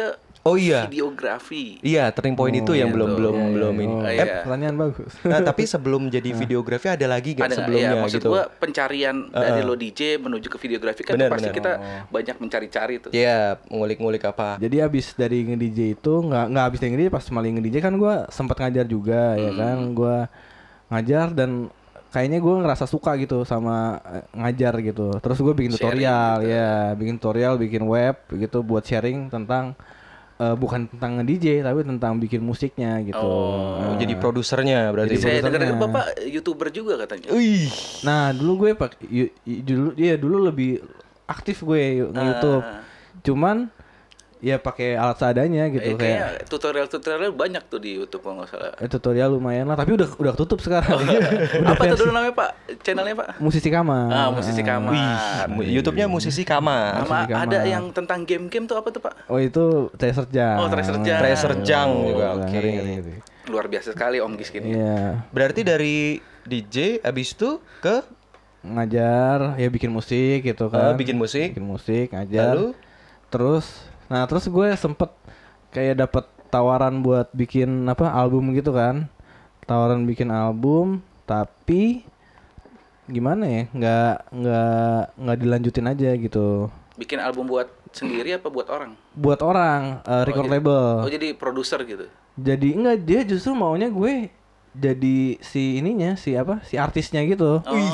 [SPEAKER 1] Oh iya.
[SPEAKER 2] videografi.
[SPEAKER 1] Iya, turning point itu yang
[SPEAKER 2] gitu.
[SPEAKER 1] belum belum
[SPEAKER 3] Iya, iya,
[SPEAKER 1] belum
[SPEAKER 3] iya.
[SPEAKER 1] ini.
[SPEAKER 3] Oh,
[SPEAKER 2] Eh,
[SPEAKER 1] Eh,
[SPEAKER 2] iya.
[SPEAKER 3] Pertanyaan bagus.
[SPEAKER 1] nah, tapi sebelum jadi videografi ada lagi nggak
[SPEAKER 2] Ada nggak?
[SPEAKER 1] sebelumnya
[SPEAKER 2] Ya, maksud
[SPEAKER 1] gitu?
[SPEAKER 2] gua pencarian dari lo D J menuju ke videografi kan
[SPEAKER 1] Benar,
[SPEAKER 2] tuh pasti
[SPEAKER 1] benar.
[SPEAKER 2] kita banyak mencari-cari tuh.
[SPEAKER 1] Iya, ngulik-ngulik apa?
[SPEAKER 3] Jadi abis dari nge-D J itu nggak nggak abis dari nge-D J pas malah nge-D J kan gue sempat ngajar juga ya
[SPEAKER 2] Hmm.
[SPEAKER 3] kan, gue ngajar dan kayaknya gue ngerasa suka gitu sama eh, ngajar gitu. Terus gue bikin
[SPEAKER 2] Sharing
[SPEAKER 3] tutorial
[SPEAKER 2] gitu.
[SPEAKER 3] ya, bikin tutorial, bikin web gitu buat sharing tentang eh, bukan tentang nge-D J tapi tentang bikin musiknya gitu.
[SPEAKER 2] Oh,
[SPEAKER 1] Oh, jadi produsernya berarti.
[SPEAKER 3] Jadi
[SPEAKER 2] Saya dengar
[SPEAKER 3] produsernya.
[SPEAKER 2] Bapak YouTuber juga katanya.
[SPEAKER 1] Wih.
[SPEAKER 3] Nah dulu gue pak yu- yu- dulu dia dulu lebih aktif gue nge YouTube.
[SPEAKER 2] Ah.
[SPEAKER 3] Cuman ya pakai alat seadanya
[SPEAKER 2] Eh,
[SPEAKER 3] gitu
[SPEAKER 2] kayaknya
[SPEAKER 3] kayak
[SPEAKER 2] tutorial-tutorial banyak tuh di YouTube kalau nggak salah.
[SPEAKER 3] eh, tutorial lumayan lah tapi udah udah tutup sekarang. Udah
[SPEAKER 2] Apa tuh
[SPEAKER 3] versi
[SPEAKER 2] dulu namanya Pak? Channelnya Pak?
[SPEAKER 3] musisi kamar.
[SPEAKER 2] Ah, musisi kamar.
[SPEAKER 1] Mu- YouTube-nya musisi kamar.
[SPEAKER 2] Sama
[SPEAKER 3] Musisi kamar.
[SPEAKER 2] ada yang tentang game-game tuh apa tuh Pak?
[SPEAKER 3] Oh itu Tracer Jang.
[SPEAKER 2] Oh, Tracer Jang.
[SPEAKER 1] Tracer Jang juga,
[SPEAKER 3] Oh,
[SPEAKER 1] oke.
[SPEAKER 3] ngeri, ngeri, ngeri.
[SPEAKER 2] Luar biasa sekali Om Gis ini.
[SPEAKER 3] Iya,
[SPEAKER 1] Berarti dari D J abis itu ke
[SPEAKER 3] ngajar, ya bikin musik gitu
[SPEAKER 1] Ah,
[SPEAKER 3] kan.
[SPEAKER 1] bikin musik.
[SPEAKER 3] Bikin musik, ngajar.
[SPEAKER 1] Lalu?
[SPEAKER 3] Terus, nah terus gue sempet kayak dapet tawaran buat bikin apa album gitu kan. Tawaran bikin album, tapi gimana ya? Nggak nggak nggak dilanjutin aja gitu.
[SPEAKER 2] Bikin album buat sendiri apa buat orang?
[SPEAKER 3] Buat orang eh, record
[SPEAKER 2] jadi-
[SPEAKER 3] label.
[SPEAKER 2] Oh jadi produser gitu.
[SPEAKER 3] Jadi enggak, dia justru maunya gue jadi si ininya, si apa? Si artisnya gitu.
[SPEAKER 2] Oh.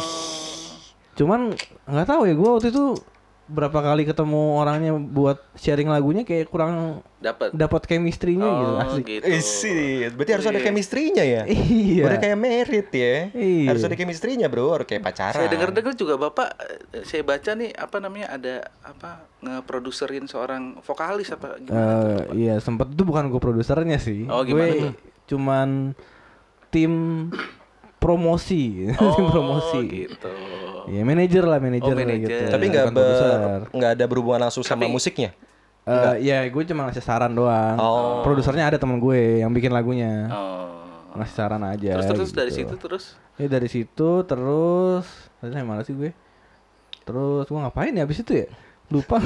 [SPEAKER 3] Cuman nggak tahu ya, gue waktu itu berapa kali ketemu orangnya buat sharing lagunya kayak kurang
[SPEAKER 2] Dapat.
[SPEAKER 3] dapat chemistry-nya gitu.
[SPEAKER 2] Oh
[SPEAKER 3] Asik.
[SPEAKER 2] gitu.
[SPEAKER 1] Eh sih, berarti harus ada
[SPEAKER 2] Iya.
[SPEAKER 1] chemistry-nya ya?
[SPEAKER 3] Iya.
[SPEAKER 1] Udah kayak merit ya.
[SPEAKER 3] Iya.
[SPEAKER 1] Harus ada chemistry-nya, Bro, harus kayak pacaran.
[SPEAKER 2] Saya dengar-dengar juga Bapak, eh, saya baca nih apa namanya ada apa ngeproduserin seorang vokalis apa gimana?
[SPEAKER 3] Eh, iya, sempet itu bukan gue produsernya sih.
[SPEAKER 2] Oh, gimana
[SPEAKER 3] gue
[SPEAKER 2] tuh?
[SPEAKER 3] cuman tim promosi,
[SPEAKER 2] Oh,
[SPEAKER 3] tim promosi.
[SPEAKER 2] gitu.
[SPEAKER 3] Ya manajer lah, manajer
[SPEAKER 2] Oh, manajer.
[SPEAKER 3] gitu.
[SPEAKER 1] Tapi nggak
[SPEAKER 3] Bukan produser.
[SPEAKER 1] ber, nggak ada berhubungan langsung sama
[SPEAKER 2] Tapi-
[SPEAKER 1] musiknya.
[SPEAKER 3] Eh, ya gue cuma ngasih saran doang.
[SPEAKER 1] Oh.
[SPEAKER 3] Produsernya ada teman gue yang bikin lagunya.
[SPEAKER 2] Oh.
[SPEAKER 3] Ngasih saran aja.
[SPEAKER 2] Terus terus
[SPEAKER 3] gitu.
[SPEAKER 2] dari situ terus
[SPEAKER 3] Ya dari situ terus tadi yang mana sih gue? Terus gue ngapain ya abis itu ya? Lupa.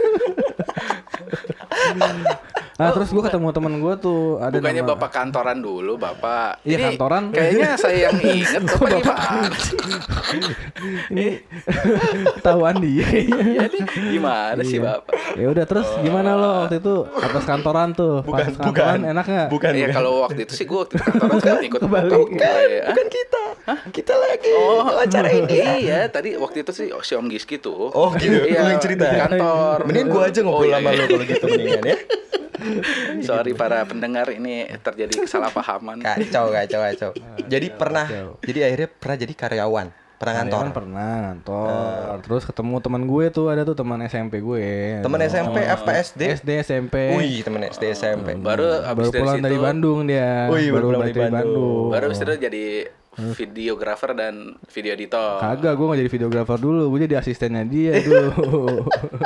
[SPEAKER 3] Nah, terus gue ketemu teman gue tuh ada
[SPEAKER 2] bukannya
[SPEAKER 3] nama-
[SPEAKER 2] Bapak kantoran dulu, Bapak.
[SPEAKER 3] Iya,
[SPEAKER 2] Ini
[SPEAKER 3] kantoran.
[SPEAKER 2] Kayaknya saya yang inget Bapak gimana?
[SPEAKER 3] ini ketahuan dia.
[SPEAKER 2] Iya nih, gimana sih
[SPEAKER 3] Iya.
[SPEAKER 2] Bapak?
[SPEAKER 3] Ya udah terus gimana lo waktu itu atas kantoran tuh?
[SPEAKER 1] Bukan,
[SPEAKER 3] Pas kantoran
[SPEAKER 1] bukan.
[SPEAKER 3] enak nggak?
[SPEAKER 1] Bukan,
[SPEAKER 2] Ya
[SPEAKER 1] bukan.
[SPEAKER 2] kalau waktu itu sih gue waktu itu kantoran sekarang ikut
[SPEAKER 3] Kebalik.
[SPEAKER 2] bokap gue. Hah?
[SPEAKER 1] Bukan kita. Kita lagi
[SPEAKER 2] Oh,
[SPEAKER 1] acara ini.
[SPEAKER 2] Iya, tadi waktu itu sih oh, si Om Giski tuh.
[SPEAKER 1] Oh, gitu.
[SPEAKER 2] Iya,
[SPEAKER 1] Lu yang cerita.
[SPEAKER 2] di kantor.
[SPEAKER 1] Mending gua aja ngobrol
[SPEAKER 2] Oh, iya,
[SPEAKER 1] sama
[SPEAKER 2] iya.
[SPEAKER 1] lu kalau gitu mendingan ya.
[SPEAKER 2] Sorry para pendengar, ini terjadi kesalahpahaman.
[SPEAKER 1] Kacau, kacau, kacau. Jadi pernah, jadi akhirnya pernah jadi karyawan, pernah ngantor.
[SPEAKER 3] Karyawan pernah ngantor. Terus ketemu teman gue tuh, ada tuh teman S M P gue.
[SPEAKER 1] Temen S M P apa S D?
[SPEAKER 3] S D S M P.
[SPEAKER 1] Wih, temen S D S M P.
[SPEAKER 2] Baru habis
[SPEAKER 3] Baru
[SPEAKER 2] dari
[SPEAKER 3] pulang
[SPEAKER 2] situ,
[SPEAKER 3] dari Bandung dia.
[SPEAKER 1] Wih, baru
[SPEAKER 3] baru
[SPEAKER 1] pulang
[SPEAKER 3] balik
[SPEAKER 1] dari
[SPEAKER 3] dari
[SPEAKER 1] Bandung.
[SPEAKER 3] Bandung.
[SPEAKER 2] baru habis itu jadi videografer dan video editor.
[SPEAKER 3] Kagak, gue gak jadi videografer dulu, gue jadi asistennya dia dulu.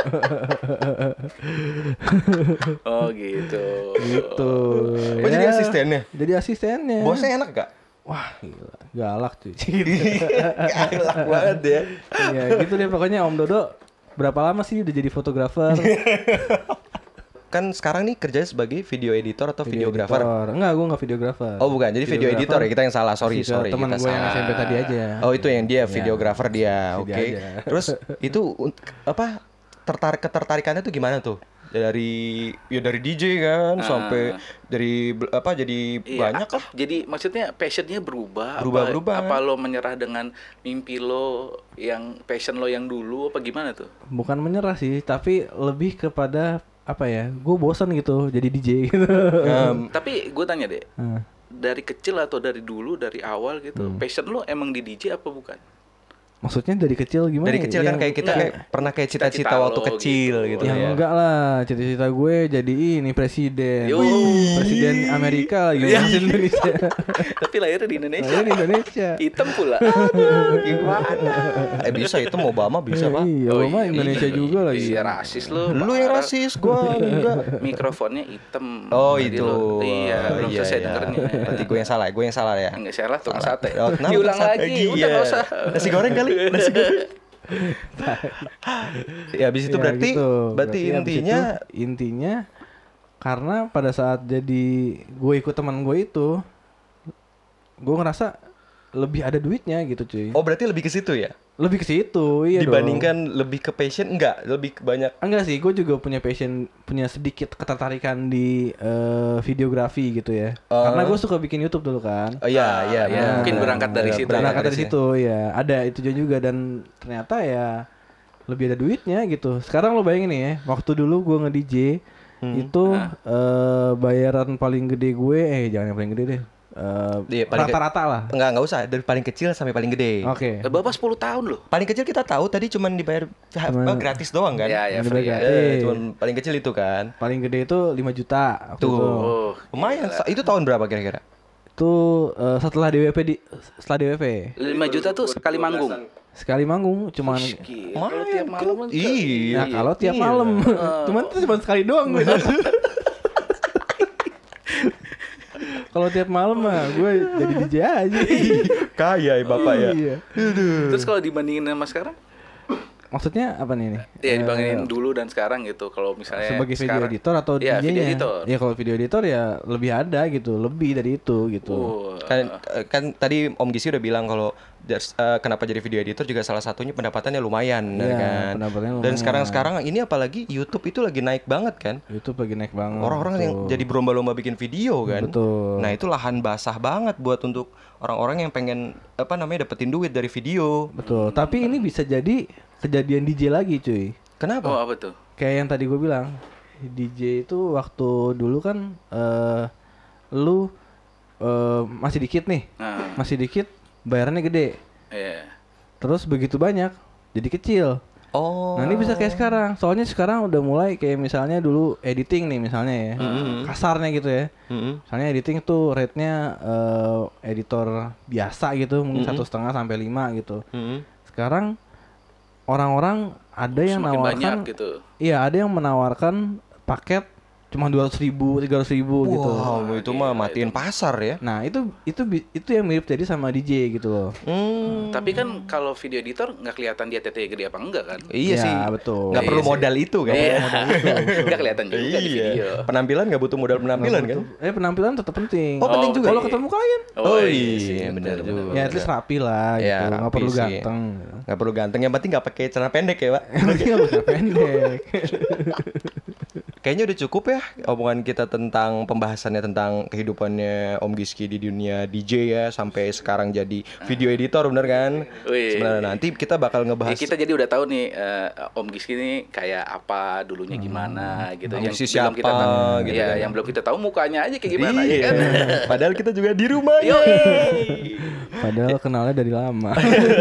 [SPEAKER 2] Oh gitu.
[SPEAKER 3] Gitu.
[SPEAKER 1] Oh, jadi asistennya?
[SPEAKER 3] Jadi asistennya.
[SPEAKER 1] Bosnya enak gak?
[SPEAKER 3] Wah, gila. Galak cuy.
[SPEAKER 1] Galak banget ya.
[SPEAKER 3] Iya, gitu deh pokoknya Om Dodo. Berapa lama sih udah jadi fotografer?
[SPEAKER 1] Kan sekarang nih kerjanya sebagai video editor atau videografer.
[SPEAKER 3] Editor. Enggak, gue gak videografer.
[SPEAKER 1] Oh bukan, jadi video editor ya, kita yang salah, sorry,
[SPEAKER 3] Kasih ke
[SPEAKER 1] sorry.
[SPEAKER 3] teman
[SPEAKER 1] kita
[SPEAKER 3] gue yang
[SPEAKER 1] salah.
[SPEAKER 3] S M P tadi aja.
[SPEAKER 1] Oh itu yang dia,
[SPEAKER 3] Ya.
[SPEAKER 1] videografer dia,
[SPEAKER 3] Si
[SPEAKER 1] oke.
[SPEAKER 3] dia aja.
[SPEAKER 1] Terus itu un- apa, tertarik ketertarikannya tuh gimana tuh? Dari, ya dari D J kan, sampai dari, bel- apa, jadi
[SPEAKER 2] Iya,
[SPEAKER 1] banyak
[SPEAKER 2] ah, Jadi maksudnya passionnya berubah.
[SPEAKER 1] Berubah,
[SPEAKER 2] apa,
[SPEAKER 1] berubah,
[SPEAKER 2] Apa
[SPEAKER 1] kan?
[SPEAKER 2] lo menyerah dengan mimpi lo yang passion lo yang dulu apa gimana tuh?
[SPEAKER 3] Bukan menyerah sih, tapi lebih kepada apa ya? Gue bosan gitu jadi D J gitu.
[SPEAKER 1] Em,
[SPEAKER 2] Tapi gue tanya deh,
[SPEAKER 3] Nah,
[SPEAKER 2] dari kecil atau dari dulu dari awal gitu,
[SPEAKER 1] Hmm.
[SPEAKER 2] passion lo emang di D J apa bukan?
[SPEAKER 3] maksudnya dari kecil gimana?
[SPEAKER 1] dari
[SPEAKER 3] ya?
[SPEAKER 1] kecil kan
[SPEAKER 3] Yang-
[SPEAKER 1] kayak kita
[SPEAKER 2] enggak.
[SPEAKER 1] kayak pernah kayak cita-cita
[SPEAKER 2] Cita-cita
[SPEAKER 1] waktu
[SPEAKER 2] lo
[SPEAKER 1] kecil
[SPEAKER 2] gitu.
[SPEAKER 1] gitu,
[SPEAKER 3] Ya
[SPEAKER 1] ya.
[SPEAKER 3] enggak lah, cita-cita gue jadi ini presiden.
[SPEAKER 2] Yo.
[SPEAKER 3] Presiden Amerika lagi
[SPEAKER 2] Iya.
[SPEAKER 3] presiden Indonesia.
[SPEAKER 2] Tapi lahirnya di Indonesia.
[SPEAKER 3] Lahirnya di Indonesia.
[SPEAKER 2] Hitam pula.
[SPEAKER 1] Gimana? Eh bisa itu Obama bisa, Pak.
[SPEAKER 3] Iya,
[SPEAKER 2] Oh,
[SPEAKER 3] Obama
[SPEAKER 2] iya.
[SPEAKER 3] Indonesia juga lagi.
[SPEAKER 2] Iya, rasis lo.
[SPEAKER 1] Lu yang
[SPEAKER 2] parah.
[SPEAKER 1] rasis, gua enggak.
[SPEAKER 2] Mikrofonnya hitam.
[SPEAKER 1] Oh
[SPEAKER 2] Jadi
[SPEAKER 1] itu.
[SPEAKER 2] lo- iya, belum
[SPEAKER 1] iya,
[SPEAKER 2] selesai
[SPEAKER 1] iya.
[SPEAKER 2] dengernya.
[SPEAKER 1] Berarti gue yang salah, gue yang salah ya.
[SPEAKER 2] Enggak salah tukang
[SPEAKER 1] Salah.
[SPEAKER 2] sate.
[SPEAKER 1] Oh, kenapa
[SPEAKER 2] Diulang
[SPEAKER 1] tukang sate?
[SPEAKER 2] lagi, udah
[SPEAKER 1] Iya.
[SPEAKER 2] enggak usah.
[SPEAKER 1] Nasi goreng kali, nasi goreng. Ya habis itu
[SPEAKER 3] Ya,
[SPEAKER 1] berarti
[SPEAKER 3] gitu.
[SPEAKER 1] berarti
[SPEAKER 3] habis
[SPEAKER 1] intinya
[SPEAKER 3] itu, intinya Karena pada saat jadi gue ikut teman gue itu, gue ngerasa lebih ada duitnya gitu cuy.
[SPEAKER 1] Oh berarti lebih ke situ ya?
[SPEAKER 3] Lebih ke situ, iya
[SPEAKER 1] Dibandingkan
[SPEAKER 3] dong.
[SPEAKER 1] lebih ke passion enggak, lebih ke banyak.
[SPEAKER 3] Enggak sih, gue juga punya passion, punya sedikit ketertarikan di eh, videografi gitu ya.
[SPEAKER 1] Oh.
[SPEAKER 3] Karena gue suka bikin YouTube dulu kan.
[SPEAKER 1] Oh iya, iya.
[SPEAKER 2] ya,
[SPEAKER 1] benar.
[SPEAKER 2] mungkin berangkat dari situ.
[SPEAKER 3] Berangkat dari
[SPEAKER 1] ya.
[SPEAKER 3] situ ya. Ada itu juga dan ternyata ya lebih ada duitnya gitu. Sekarang lo bayangin nih ya, waktu dulu gue nge-D J
[SPEAKER 1] Hmm.
[SPEAKER 3] itu eh, bayaran paling gede gue, eh jangan yang paling gede deh. Eh,
[SPEAKER 1] Iya, paling ke-
[SPEAKER 3] rata-rata lah.
[SPEAKER 1] Enggak, enggak usah, dari paling kecil sampai paling gede.
[SPEAKER 3] Oke.
[SPEAKER 2] Eh, Bapak sepuluh tahun loh.
[SPEAKER 1] Paling kecil kita tahu tadi cuman dibayar
[SPEAKER 3] Cuman-
[SPEAKER 1] apa, gratis doang kan?
[SPEAKER 2] Ya, ya,
[SPEAKER 3] Yang
[SPEAKER 2] free
[SPEAKER 3] dibayar
[SPEAKER 2] ya.
[SPEAKER 1] Eh,
[SPEAKER 3] gratis.
[SPEAKER 1] cuman paling kecil itu kan.
[SPEAKER 3] Paling gede itu lima juta waktu
[SPEAKER 1] Tuh.
[SPEAKER 3] itu.
[SPEAKER 2] Oh,
[SPEAKER 1] Lumayan. Sa- Itu tahun berapa kira-kira?
[SPEAKER 3] Itu eh, setelah D W P di setelah D W P.
[SPEAKER 2] lima juta tuh sekali manggung.
[SPEAKER 3] Sekali manggung cuman
[SPEAKER 2] Gila, kalau tiap malam kan.
[SPEAKER 1] Iya.
[SPEAKER 3] ya kalau tiap
[SPEAKER 1] Iya.
[SPEAKER 3] malam. Cuman itu cuma sekali doang gue. Kalau tiap malam mah gue jadi D J aja.
[SPEAKER 1] Kaya ya bapak ya.
[SPEAKER 3] Iya.
[SPEAKER 2] Terus kalau dibandingin sama sekarang?
[SPEAKER 3] Maksudnya apa nih nih?
[SPEAKER 2] Ya
[SPEAKER 3] Eh,
[SPEAKER 2] dibandingin dulu dan sekarang gitu. Kalau misalnya
[SPEAKER 3] sebagai video
[SPEAKER 2] sekarang,
[SPEAKER 3] editor atau
[SPEAKER 2] ya,
[SPEAKER 3] D J-nya?
[SPEAKER 2] video editor.
[SPEAKER 3] Ya kalau video editor ya lebih ada gitu, lebih dari itu gitu.
[SPEAKER 2] Oh,
[SPEAKER 1] Kan kan tadi Om Gizi udah bilang kalau jas- eh, kenapa jadi video editor juga salah satunya pendapatannya lumayan ya
[SPEAKER 3] Iya,
[SPEAKER 1] kan.
[SPEAKER 3] pendapatannya
[SPEAKER 1] Dan
[SPEAKER 3] lumayan.
[SPEAKER 1] sekarang-sekarang ini apalagi YouTube itu lagi naik banget kan.
[SPEAKER 3] YouTube lagi naik banget.
[SPEAKER 1] Orang-orang yang
[SPEAKER 3] betul.
[SPEAKER 1] jadi berlomba-lomba bikin video kan.
[SPEAKER 3] Betul.
[SPEAKER 1] Nah, itu lahan basah banget buat untuk orang-orang yang pengen apa namanya dapetin duit dari video.
[SPEAKER 3] Betul. Tapi ini bisa jadi kejadian D J lagi, cuy.
[SPEAKER 1] Kenapa?
[SPEAKER 2] oh apa tuh?
[SPEAKER 3] Kayak yang tadi gue bilang, D J itu waktu dulu kan eh lu eh, masih dikit nih.
[SPEAKER 2] Nah,
[SPEAKER 3] Masih dikit, bayarannya gede.
[SPEAKER 2] iya.
[SPEAKER 3] Terus begitu banyak, jadi kecil.
[SPEAKER 1] Oh.
[SPEAKER 3] Nah ini bisa kayak sekarang. Soalnya sekarang udah mulai kayak misalnya dulu editing nih misalnya ya. Kasarnya gitu ya.
[SPEAKER 1] Mm-mm.
[SPEAKER 3] Misalnya editing tuh rate-nya eh, editor biasa gitu, mungkin satu setengah sampai lima gitu.
[SPEAKER 1] Mm-mm.
[SPEAKER 3] Sekarang orang-orang ada yang
[SPEAKER 2] Semakin
[SPEAKER 3] nawarkan,
[SPEAKER 2] banyak gitu.
[SPEAKER 3] iya ada yang menawarkan paket cuma dua ratus ribu, tiga ratus ribu gitu.
[SPEAKER 1] Wow, itu mah matiin pasar ya.
[SPEAKER 3] Nah itu itu bi- itu yang mirip jadi sama D J gitu loh.
[SPEAKER 1] Hmm.
[SPEAKER 2] Tapi kan kalau video editor nggak kelihatan dia tetenya gede apa enggak kan?
[SPEAKER 1] Iya
[SPEAKER 3] Ya,
[SPEAKER 1] sih.
[SPEAKER 3] betul.
[SPEAKER 1] Nggak
[SPEAKER 2] Iya
[SPEAKER 1] perlu
[SPEAKER 2] sih.
[SPEAKER 1] modal itu kan.
[SPEAKER 2] Iya. Nggak kelihatan juga di
[SPEAKER 1] Iya.
[SPEAKER 2] video.
[SPEAKER 1] Penampilan nggak butuh modal penampilan kan?
[SPEAKER 3] Eh penampilan tetap penting.
[SPEAKER 1] Oh, penting juga
[SPEAKER 3] Kalau
[SPEAKER 1] ya?
[SPEAKER 3] ketemu klien.
[SPEAKER 1] Oh,
[SPEAKER 2] iya
[SPEAKER 1] iya,
[SPEAKER 2] sih,
[SPEAKER 1] benar
[SPEAKER 2] benar,
[SPEAKER 1] juga.
[SPEAKER 2] benar.
[SPEAKER 3] Ya at least rapi lah gitu.
[SPEAKER 1] Iya,
[SPEAKER 3] Nggak
[SPEAKER 1] rapi
[SPEAKER 3] perlu
[SPEAKER 1] sih.
[SPEAKER 3] ganteng.
[SPEAKER 1] Nggak perlu ganteng, yang penting nggak pakai celana pendek ya, Pak.
[SPEAKER 3] Berarti nggak usah pendek.
[SPEAKER 1] Kayaknya udah cukup ya omongan kita tentang pembahasannya tentang kehidupannya Om Giski di dunia D J ya sampai sekarang jadi video editor, bener kan?
[SPEAKER 2] Wih.
[SPEAKER 1] Sebenarnya nanti kita bakal
[SPEAKER 2] Ya,
[SPEAKER 1] ngebahas
[SPEAKER 2] kita jadi udah tahu nih eh, Om Giski ini kayak apa dulunya gimana gitu.
[SPEAKER 1] Om
[SPEAKER 2] Yang
[SPEAKER 1] Giski
[SPEAKER 2] belum kita
[SPEAKER 1] siapa,
[SPEAKER 2] tahu,
[SPEAKER 1] gitu
[SPEAKER 2] ya,
[SPEAKER 1] kan.
[SPEAKER 2] yang belum kita tahu mukanya aja kayak gimana
[SPEAKER 1] Iya.
[SPEAKER 2] ya kan.
[SPEAKER 1] Padahal kita juga di rumah.
[SPEAKER 2] Yoi.
[SPEAKER 3] Padahal kenalnya dari lama.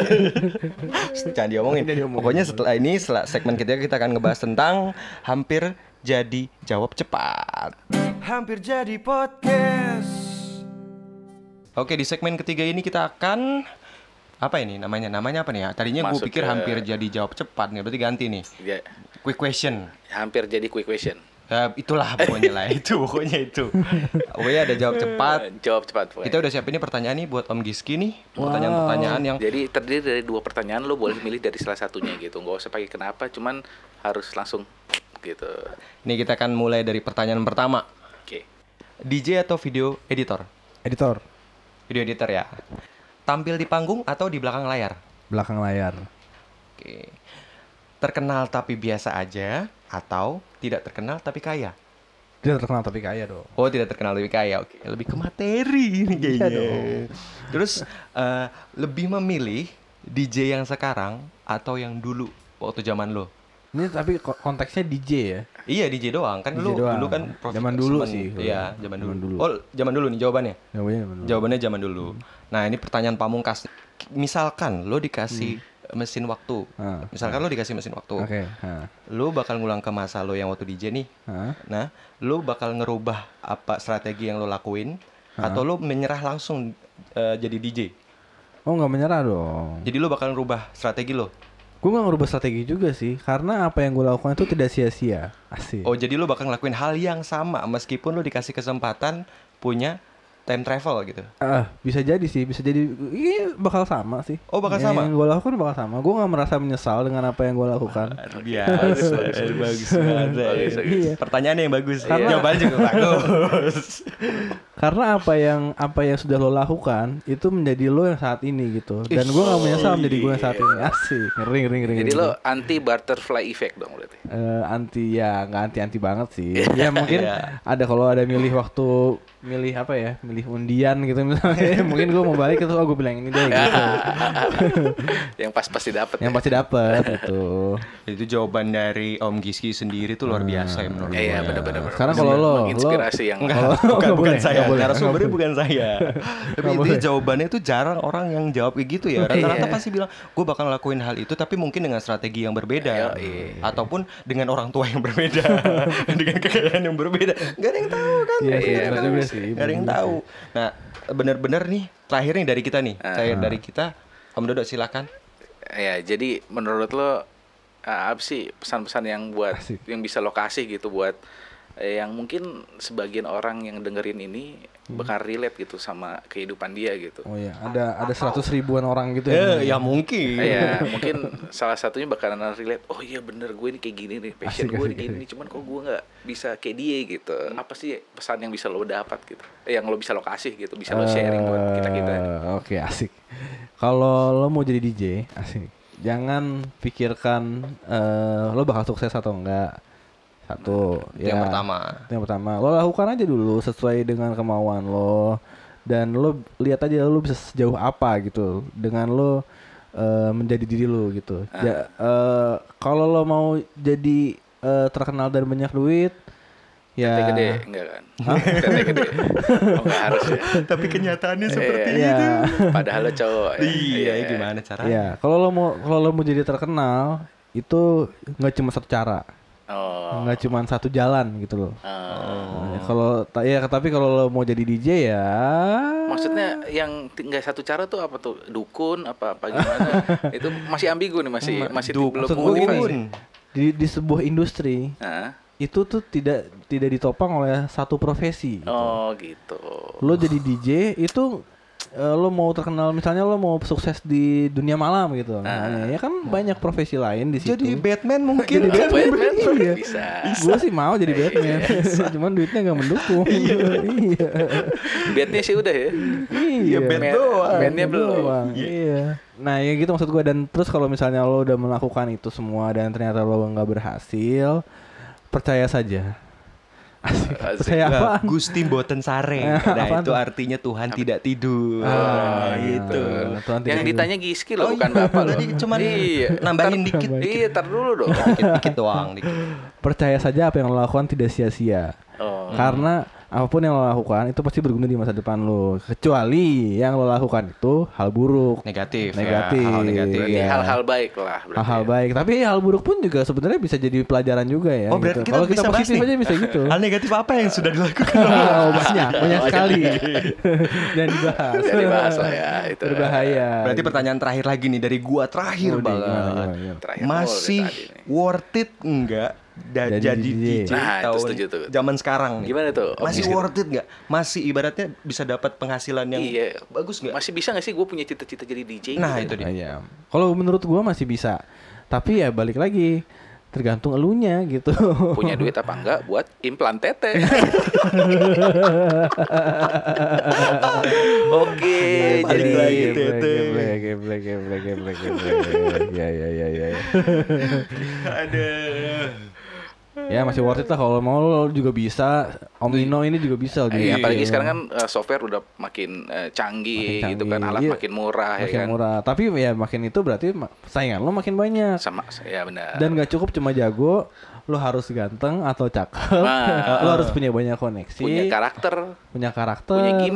[SPEAKER 1] Jangan diomongin. Pokoknya setelah ini setelah segmen ketiga kita akan ngebahas tentang hampir jadi jawab cepat. Hampir jadi podcast. Oke, di segmen ketiga ini kita akan apa ini namanya? Namanya apa nih ya? Tadinya gue
[SPEAKER 2] Masuk
[SPEAKER 1] pikir
[SPEAKER 2] ke-
[SPEAKER 1] hampir jadi jawab cepat nih, berarti ganti nih.
[SPEAKER 2] Ya,
[SPEAKER 1] Quick question.
[SPEAKER 2] hampir jadi quick question.
[SPEAKER 1] Ya, itulah pokoknya lah itu, pokoknya itu. Pokoknya ada jawab cepat.
[SPEAKER 2] Eh, Jawab cepat. pokoknya.
[SPEAKER 1] Kita udah siapin nih pertanyaan nih buat Om Giski nih. Pertanyaan-pertanyaan yang
[SPEAKER 2] Jadi terdiri dari dua pertanyaan, lo boleh milih dari salah satunya gitu. Nggak usah pakai kenapa, cuman harus langsung gitu.
[SPEAKER 1] nih kita akan mulai dari pertanyaan pertama.
[SPEAKER 2] Oke.
[SPEAKER 1] D J atau video editor?
[SPEAKER 3] Editor
[SPEAKER 1] Video editor ya. Tampil di panggung atau di belakang layar?
[SPEAKER 3] belakang layar.
[SPEAKER 1] Oke. Terkenal tapi biasa aja atau tidak terkenal tapi kaya?
[SPEAKER 3] Dia terkenal tapi kaya dong.
[SPEAKER 1] Oh, tidak terkenal tapi kaya. Oke, lebih ke materi ini kayaknya. Terus eh, lebih memilih D J yang sekarang atau yang dulu waktu zaman lo?
[SPEAKER 3] Ini tapi ko- konteksnya D J ya.
[SPEAKER 1] Iya, D J doang. Kan
[SPEAKER 3] D J
[SPEAKER 1] lu
[SPEAKER 3] doang.
[SPEAKER 1] dulu kan
[SPEAKER 3] Zaman dulu
[SPEAKER 1] profesional.
[SPEAKER 3] sih.
[SPEAKER 1] Iya, zaman dulu.
[SPEAKER 3] Zaman dulu.
[SPEAKER 1] Oh, zaman dulu nih jawabannya.
[SPEAKER 3] Jawabannya apa dulu?
[SPEAKER 1] Jawabannya zaman dulu. Nah, ini pertanyaan pamungkas. Misalkan lo dikasih mesin waktu.
[SPEAKER 3] Ah.
[SPEAKER 1] Misalkan lo dikasih mesin waktu.
[SPEAKER 3] Oke. ha.
[SPEAKER 1] Lo bakal ngulang ke masa lo yang waktu D J nih.
[SPEAKER 3] Hah?
[SPEAKER 1] Nah, lo bakal ngerubah apa strategi yang lo lakuin atau lo menyerah langsung eh, jadi D J.
[SPEAKER 3] Oh nggak menyerah dong.
[SPEAKER 1] Jadi lo bakal ngerubah strategi lo.
[SPEAKER 3] Gue nggak ngerubah strategi juga sih, karena apa yang gue lakukan itu tidak sia-sia. Asik.
[SPEAKER 1] Oh, jadi lo bakal ngelakuin hal yang sama meskipun lo dikasih kesempatan punya time travel gitu.
[SPEAKER 3] Ah, bisa jadi sih, bisa jadi iya bakal sama sih.
[SPEAKER 1] Oh, bakal
[SPEAKER 3] Ya,
[SPEAKER 1] sama?
[SPEAKER 3] Yang gue lakukan bakal sama. Gue nggak merasa menyesal dengan apa yang gue lakukan.
[SPEAKER 1] Biasa, bagus, bagus banget.
[SPEAKER 2] Bagus, bagus.
[SPEAKER 3] Iya.
[SPEAKER 1] Pertanyaannya yang bagus,
[SPEAKER 3] Karena-
[SPEAKER 1] jawabannya juga bagus.
[SPEAKER 3] Karena apa yang apa yang sudah lo lakukan itu menjadi lo yang saat ini gitu. Dan gue nggak menyesal menjadi gue yang saat ini. Asik, ngeri ngeri ngeri.
[SPEAKER 2] Jadi
[SPEAKER 3] ngeri.
[SPEAKER 2] lo anti butterfly effect dong berarti.
[SPEAKER 3] Eh, anti ya nggak anti anti banget sih. Ya mungkin
[SPEAKER 1] Iya.
[SPEAKER 3] ada kalau ada milih waktu milih apa ya, milih undian gitu misalnya. Mungkin gue mau balik terus oh gue bilang ini deh gitu.
[SPEAKER 2] Yang pas pasti dapat.
[SPEAKER 3] Yang pasti dapet gitu.
[SPEAKER 1] Itu jawaban dari Om Giski sendiri tuh luar biasa ya menurut
[SPEAKER 2] Iya, iya,
[SPEAKER 1] gue.
[SPEAKER 2] benar-benar.
[SPEAKER 3] Sekarang kalau lo-
[SPEAKER 2] menginspirasi yang
[SPEAKER 1] Enggak,
[SPEAKER 3] Oh,
[SPEAKER 1] bukan,
[SPEAKER 3] nggak
[SPEAKER 1] bukan
[SPEAKER 3] boleh,
[SPEAKER 1] saya.
[SPEAKER 3] nggak boleh,
[SPEAKER 1] Narasumbernya
[SPEAKER 3] nggak
[SPEAKER 1] bukan saya. Tapi
[SPEAKER 3] Nggak
[SPEAKER 1] itu
[SPEAKER 3] boleh.
[SPEAKER 1] jawabannya itu jarang orang yang jawab kayak gitu ya. Rata-rata
[SPEAKER 2] Iya.
[SPEAKER 1] pasti bilang, gue bakal ngelakuin hal itu tapi mungkin dengan strategi yang berbeda.
[SPEAKER 2] Iya, iya.
[SPEAKER 1] Ataupun dengan orang tua yang berbeda. Dengan kekayaan yang berbeda. Gak ada yang tahu kan.
[SPEAKER 3] Iya
[SPEAKER 1] Nggak
[SPEAKER 3] sih,
[SPEAKER 1] ada yang
[SPEAKER 3] benar
[SPEAKER 1] tahu.
[SPEAKER 3] juga sih,
[SPEAKER 1] Nggak ada yang
[SPEAKER 3] benar
[SPEAKER 1] tahu. Nah, benar-benar nih, terakhir nih dari kita nih.
[SPEAKER 2] Ah.
[SPEAKER 1] Terakhir dari kita, Om Dodo silakan.
[SPEAKER 2] Ya, jadi menurut lo uh, apa sih pesan-pesan yang buat
[SPEAKER 3] Asik.
[SPEAKER 2] yang bisa lo kasih gitu buat eh, yang mungkin sebagian orang yang dengerin ini bakal relate gitu sama kehidupan dia gitu.
[SPEAKER 3] Oh ya, ada ada seratus ribuan orang gitu
[SPEAKER 1] Eh,
[SPEAKER 3] ya.
[SPEAKER 1] ya mungkin.
[SPEAKER 2] Ya, mungkin salah satunya bakalan relate. Oh iya bener, gue ini kayak gini nih, passion
[SPEAKER 3] Asik,
[SPEAKER 2] gue
[SPEAKER 3] asik,
[SPEAKER 2] ini gini,
[SPEAKER 3] asik.
[SPEAKER 2] cuman kok gue nggak bisa kayak dia gitu. Apa sih pesan yang bisa lo dapat gitu? Eh, yang lo bisa lo kasih gitu, bisa lo sharing buat kita kita.
[SPEAKER 3] Eh, Oke, asik. Kalau lo mau jadi D J, asik. Jangan pikirkan eh, lo bakal sukses atau enggak. Satu,
[SPEAKER 1] Itu yang pertama.
[SPEAKER 3] Itu yang pertama. Lo lakukan aja dulu sesuai dengan kemauan lo. Dan lo lihat aja lo bisa sejauh apa gitu dengan lo eh, menjadi diri lo gitu. Ya, eh, kalau lo mau jadi eh, terkenal dan banyak duit, ya
[SPEAKER 2] Tete gede, enggak kan? Tete gede. Oh, enggak harus ya.
[SPEAKER 1] Tapi kenyataannya
[SPEAKER 2] seperti
[SPEAKER 3] ya.
[SPEAKER 2] Padahal lo cowok ya.
[SPEAKER 1] Iya, gimana caranya?
[SPEAKER 3] Ya, kalau lo mau kalau lo mau jadi terkenal itu nggak cuma satu cara,
[SPEAKER 2] Oh.
[SPEAKER 3] nggak cuma satu jalan gitu loh.
[SPEAKER 2] Oh.
[SPEAKER 3] Nah, kalau ta- ya tapi kalau lo mau jadi D J ya,
[SPEAKER 2] Maksudnya yang tinggal satu cara tuh apa tuh? Dukun apa apa gimana? Itu masih ambigu nih, masih masih
[SPEAKER 1] Dukun.
[SPEAKER 2] belum
[SPEAKER 3] maksud gue gini,
[SPEAKER 2] motivasi.
[SPEAKER 3] di di sebuah industri
[SPEAKER 2] Hah?
[SPEAKER 3] itu tuh tidak tidak ditopang oleh satu profesi. Gitu.
[SPEAKER 2] Oh gitu.
[SPEAKER 3] Lo jadi D J itu eh, lo mau terkenal misalnya lo mau sukses di dunia malam gitu. Nah, ya kan banyak profesi lain di situ.
[SPEAKER 1] Jadi Batman mungkin.
[SPEAKER 3] Jadi Batman,
[SPEAKER 2] Batman,
[SPEAKER 3] iya.
[SPEAKER 2] bisa.
[SPEAKER 3] Gue sih mau jadi Batman, cuman duitnya nggak mendukung. Iya.
[SPEAKER 2] Bednya sih udah ya.
[SPEAKER 3] Iya.
[SPEAKER 1] Bat
[SPEAKER 2] Bed-
[SPEAKER 1] doang.
[SPEAKER 2] Bednya belum.
[SPEAKER 3] Doang, Iya. Nah ya gitu maksud gue, dan terus kalau misalnya lo udah melakukan itu semua dan ternyata lo nggak berhasil, percaya saja. Asik.
[SPEAKER 2] Asik.
[SPEAKER 3] Percaya
[SPEAKER 1] Nah,
[SPEAKER 3] apaan?
[SPEAKER 1] Gusti Mboten Sare.
[SPEAKER 3] Eh,
[SPEAKER 1] Nah,
[SPEAKER 3] apaan
[SPEAKER 1] itu
[SPEAKER 3] tuh?
[SPEAKER 1] artinya Tuhan tidak tidur.
[SPEAKER 3] Ah,
[SPEAKER 1] Nah, gitu.
[SPEAKER 3] Tuhan tidak
[SPEAKER 2] Yang
[SPEAKER 3] tidur.
[SPEAKER 2] ditanya Giski loh,
[SPEAKER 1] Oh,
[SPEAKER 2] bukan
[SPEAKER 1] iya.
[SPEAKER 2] Bapak loh.
[SPEAKER 1] Tadi cuman
[SPEAKER 2] iya.
[SPEAKER 1] nambahin
[SPEAKER 2] Ntar-
[SPEAKER 1] dikit.
[SPEAKER 2] Iya, tar dulu dong.
[SPEAKER 1] Dikit-dikit doang, dikit.
[SPEAKER 3] Percaya saja apa yang lo lakukan tidak sia-sia.
[SPEAKER 2] Oh.
[SPEAKER 3] Karena apapun yang lo lakukan itu pasti berguna di masa depan lo. Kecuali yang lo lakukan itu hal buruk,
[SPEAKER 1] Negatif. ya,
[SPEAKER 3] Negatif.
[SPEAKER 1] hal negatif.
[SPEAKER 2] Berarti
[SPEAKER 3] Iya.
[SPEAKER 2] hal-hal baik lah berarti.
[SPEAKER 3] hal-hal
[SPEAKER 2] ya.
[SPEAKER 3] baik. Tapi hal buruk pun juga sebenarnya bisa jadi pelajaran juga ya.
[SPEAKER 1] Oh, berarti
[SPEAKER 3] gitu.
[SPEAKER 1] kita
[SPEAKER 3] Kalau kita
[SPEAKER 1] bisa bahas
[SPEAKER 3] positif
[SPEAKER 1] nih.
[SPEAKER 3] aja bisa gitu.
[SPEAKER 1] Hal negatif apa yang sudah dilakukan?
[SPEAKER 3] Oh, banyak, banyak sekali. Dan dibahas.
[SPEAKER 2] Jadi bahas lah ya itu.
[SPEAKER 3] Berbahaya.
[SPEAKER 1] Berarti pertanyaan terakhir lagi nih dari gua terakhir
[SPEAKER 3] Oh,
[SPEAKER 1] banget.
[SPEAKER 3] gimana, gimana, gimana?
[SPEAKER 2] Terakhir
[SPEAKER 1] Masih
[SPEAKER 2] nol dari tadi nih.
[SPEAKER 1] worth it enggak da-
[SPEAKER 3] Jadi
[SPEAKER 1] jadi,
[SPEAKER 3] D J?
[SPEAKER 1] D J
[SPEAKER 2] Nah, itu
[SPEAKER 1] tahun
[SPEAKER 2] setuju tuh.
[SPEAKER 1] zaman sekarang nih?
[SPEAKER 2] Gimana tuh?
[SPEAKER 1] Masih
[SPEAKER 2] Optimis
[SPEAKER 1] worth it enggak? Masih ibaratnya bisa dapat penghasilan yang
[SPEAKER 2] Iya.
[SPEAKER 1] bagus enggak?
[SPEAKER 2] Masih bisa gak sih gue punya cita-cita jadi D J?
[SPEAKER 1] Nah,
[SPEAKER 2] gitu?
[SPEAKER 1] itu dia.
[SPEAKER 3] Iya. Kalau menurut gua masih bisa. Tapi ya balik lagi, tergantung elunya gitu.
[SPEAKER 2] Punya duit apa enggak buat implan tete? Oke,
[SPEAKER 1] Balik
[SPEAKER 2] jadi
[SPEAKER 1] lagi, Tete.
[SPEAKER 3] Geblek, geblek, geblek, geblek, geblek. Ya, ya, ya, ya. ya.
[SPEAKER 1] Ada.
[SPEAKER 3] Ya masih worth it lah, kalau mau lo juga bisa. Om Nino ini juga bisa.
[SPEAKER 2] Iya,
[SPEAKER 3] gitu.
[SPEAKER 2] apalagi sekarang kan eh, software udah makin eh, canggih,
[SPEAKER 3] Makin
[SPEAKER 2] gitu kan,
[SPEAKER 3] canggih.
[SPEAKER 2] alat
[SPEAKER 3] Iya.
[SPEAKER 2] makin murah
[SPEAKER 3] Makin
[SPEAKER 2] ya kan.
[SPEAKER 3] murah. Tapi ya makin itu berarti ma- saingan lo makin banyak.
[SPEAKER 2] Sama, ya benar.
[SPEAKER 3] Dan gak cukup cuma jago, lo harus ganteng atau cakep.
[SPEAKER 2] Nah.
[SPEAKER 3] Lo harus punya banyak koneksi,
[SPEAKER 2] punya karakter,
[SPEAKER 3] punya karakter,
[SPEAKER 2] punya gimmick.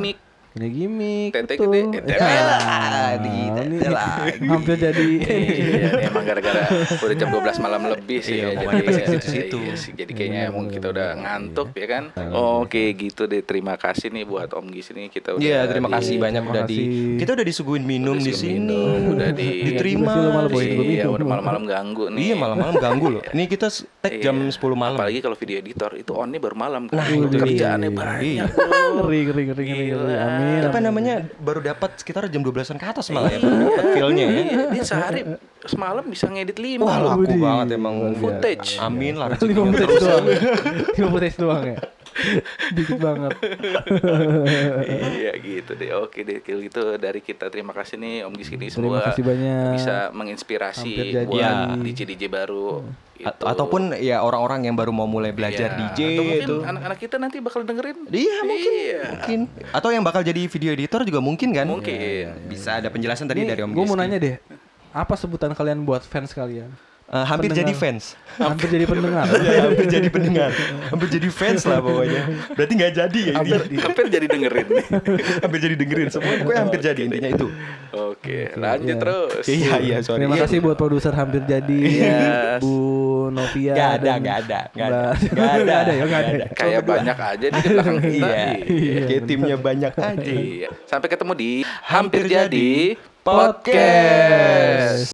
[SPEAKER 3] Punya gimmick.
[SPEAKER 2] Tete
[SPEAKER 3] betul.
[SPEAKER 2] gede, tete
[SPEAKER 3] Ya,
[SPEAKER 1] lah, di-
[SPEAKER 3] ini
[SPEAKER 1] tete lagi.
[SPEAKER 3] hampir jadi.
[SPEAKER 2] Iya, ini emang gara-gara udah jam dua belas malam lebih sih
[SPEAKER 1] Iya,
[SPEAKER 2] ya.
[SPEAKER 1] omongannya
[SPEAKER 2] Jadi,
[SPEAKER 1] pas
[SPEAKER 2] ya,
[SPEAKER 1] situ-situ.
[SPEAKER 2] iya sih. Jadi
[SPEAKER 3] Iya,
[SPEAKER 2] kayaknya emang
[SPEAKER 3] bener,
[SPEAKER 2] kita
[SPEAKER 3] bener,
[SPEAKER 2] udah
[SPEAKER 3] bener.
[SPEAKER 2] ngantuk ya kan.
[SPEAKER 3] Iya.
[SPEAKER 2] Oke, gitu deh. Terima kasih nih buat Om Gis ini kita udah
[SPEAKER 1] Iya, terima
[SPEAKER 2] di-
[SPEAKER 1] kasih banyak
[SPEAKER 3] terima
[SPEAKER 1] udah di
[SPEAKER 3] kasih.
[SPEAKER 1] kita udah disuguhin minum
[SPEAKER 2] udah
[SPEAKER 1] di
[SPEAKER 2] disuruh
[SPEAKER 1] sini.
[SPEAKER 2] minum, udah di
[SPEAKER 1] Diterima.
[SPEAKER 3] Gila sih, lu malah bawain gua
[SPEAKER 2] Iya,
[SPEAKER 3] minum.
[SPEAKER 2] udah malam-malam ganggu nih.
[SPEAKER 1] Iya, malam-malam ganggu loh. Ini kita tag
[SPEAKER 2] Iya.
[SPEAKER 1] jam sepuluh malam.
[SPEAKER 2] Apalagi kalau video editor itu on-nya baru malam.
[SPEAKER 1] Nah,
[SPEAKER 2] kan.
[SPEAKER 1] itu
[SPEAKER 2] kerjaannya
[SPEAKER 1] dia.
[SPEAKER 2] banyak.
[SPEAKER 1] Iya.
[SPEAKER 2] bro.
[SPEAKER 3] Ngeri, ngeri, ngeri, ngeri, ngeri.
[SPEAKER 2] Gila.
[SPEAKER 3] Amin.
[SPEAKER 1] Apa
[SPEAKER 3] amin.
[SPEAKER 1] namanya baru dapat sekitar jam dua belasan ke atas malah ya.
[SPEAKER 2] Iya.
[SPEAKER 1] Baru dapat feel-nya ya.
[SPEAKER 2] Iya, dia sehari semalam bisa ngedit lima
[SPEAKER 1] Wah,
[SPEAKER 2] loh.
[SPEAKER 1] laku
[SPEAKER 3] Widih.
[SPEAKER 1] banget emang
[SPEAKER 2] Footage.
[SPEAKER 1] Amin lah
[SPEAKER 3] Lima
[SPEAKER 1] rezekinya
[SPEAKER 3] footage
[SPEAKER 1] terus.
[SPEAKER 3] doang. Lima footage doang ya. Dikit banget.
[SPEAKER 2] Iya gitu deh. Oke deh kalau gitu dari kita terima kasih nih Om Gis ini
[SPEAKER 3] Terima
[SPEAKER 2] semua
[SPEAKER 3] kasih banyak.
[SPEAKER 2] bisa
[SPEAKER 3] Hampir
[SPEAKER 2] menginspirasi
[SPEAKER 3] jadi.
[SPEAKER 2] buat
[SPEAKER 1] Iya.
[SPEAKER 2] D J D J baru
[SPEAKER 1] A-
[SPEAKER 2] gitu.
[SPEAKER 1] Ataupun ya orang-orang yang baru mau mulai belajar
[SPEAKER 2] Iya.
[SPEAKER 1] D J
[SPEAKER 2] Atau mungkin
[SPEAKER 1] itu.
[SPEAKER 2] anak-anak kita nanti bakal dengerin.
[SPEAKER 1] Iya mungkin,
[SPEAKER 2] Iya.
[SPEAKER 1] mungkin. Atau yang bakal jadi video editor juga mungkin kan?
[SPEAKER 2] Mungkin.
[SPEAKER 1] Bisa ada penjelasan tadi dari Om
[SPEAKER 3] Gue mau
[SPEAKER 1] Giski.
[SPEAKER 3] nanya deh, apa sebutan kalian buat fans kalian?
[SPEAKER 1] Eh, hampir
[SPEAKER 3] Pendengar.
[SPEAKER 1] jadi fans.
[SPEAKER 3] Hampir jadi pendengar.
[SPEAKER 1] Ya, hampir jadi pendengar. Hampir jadi fans lah pokoknya. Berarti nggak jadi ya
[SPEAKER 2] Hampir,
[SPEAKER 1] intinya.
[SPEAKER 2] hampir jadi dengerin.
[SPEAKER 1] hampir jadi dengerin semua. Gue hampir jadi intinya itu.
[SPEAKER 2] Oke, lanjut
[SPEAKER 3] iya.
[SPEAKER 2] terus.
[SPEAKER 1] Iya iya sorry.
[SPEAKER 3] Terima
[SPEAKER 1] Iya.
[SPEAKER 3] kasih buat produser hampir jadi,
[SPEAKER 2] Yes.
[SPEAKER 3] Bu Novia.
[SPEAKER 1] Nggak ada,
[SPEAKER 3] dan
[SPEAKER 1] nggak ada, nggak
[SPEAKER 3] Mbak-
[SPEAKER 1] ada, nggak ada,
[SPEAKER 3] Nggak ada ya, nggak
[SPEAKER 1] nggak
[SPEAKER 3] ada.
[SPEAKER 1] ada.
[SPEAKER 2] Kayak banyak aja di belakang kita.
[SPEAKER 1] Iya.
[SPEAKER 3] Iya,
[SPEAKER 1] Kayak timnya banyak aja.
[SPEAKER 2] Iya. Sampai ketemu di Hampir
[SPEAKER 1] Jadi
[SPEAKER 2] Jadi
[SPEAKER 1] Podcast.
[SPEAKER 2] Podcast.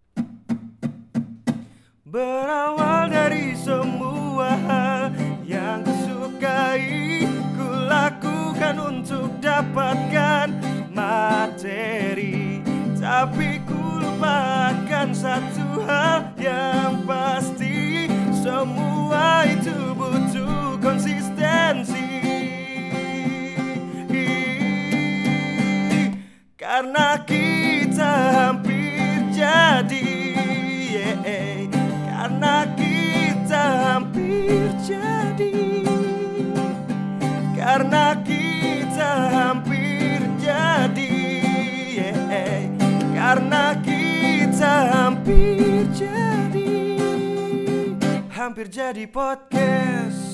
[SPEAKER 4] Berawal dari semua hal yang kusukai, ku lakukan untuk dapatkan materi, tapi ku lupakan satu hal yang pasti, semua itu butuh konsistensi. Karena kita hampir jadi, yeah. Karena kita hampir jadi, karena kita hampir jadi, yeah. Karena kita hampir jadi, hampir jadi podcast.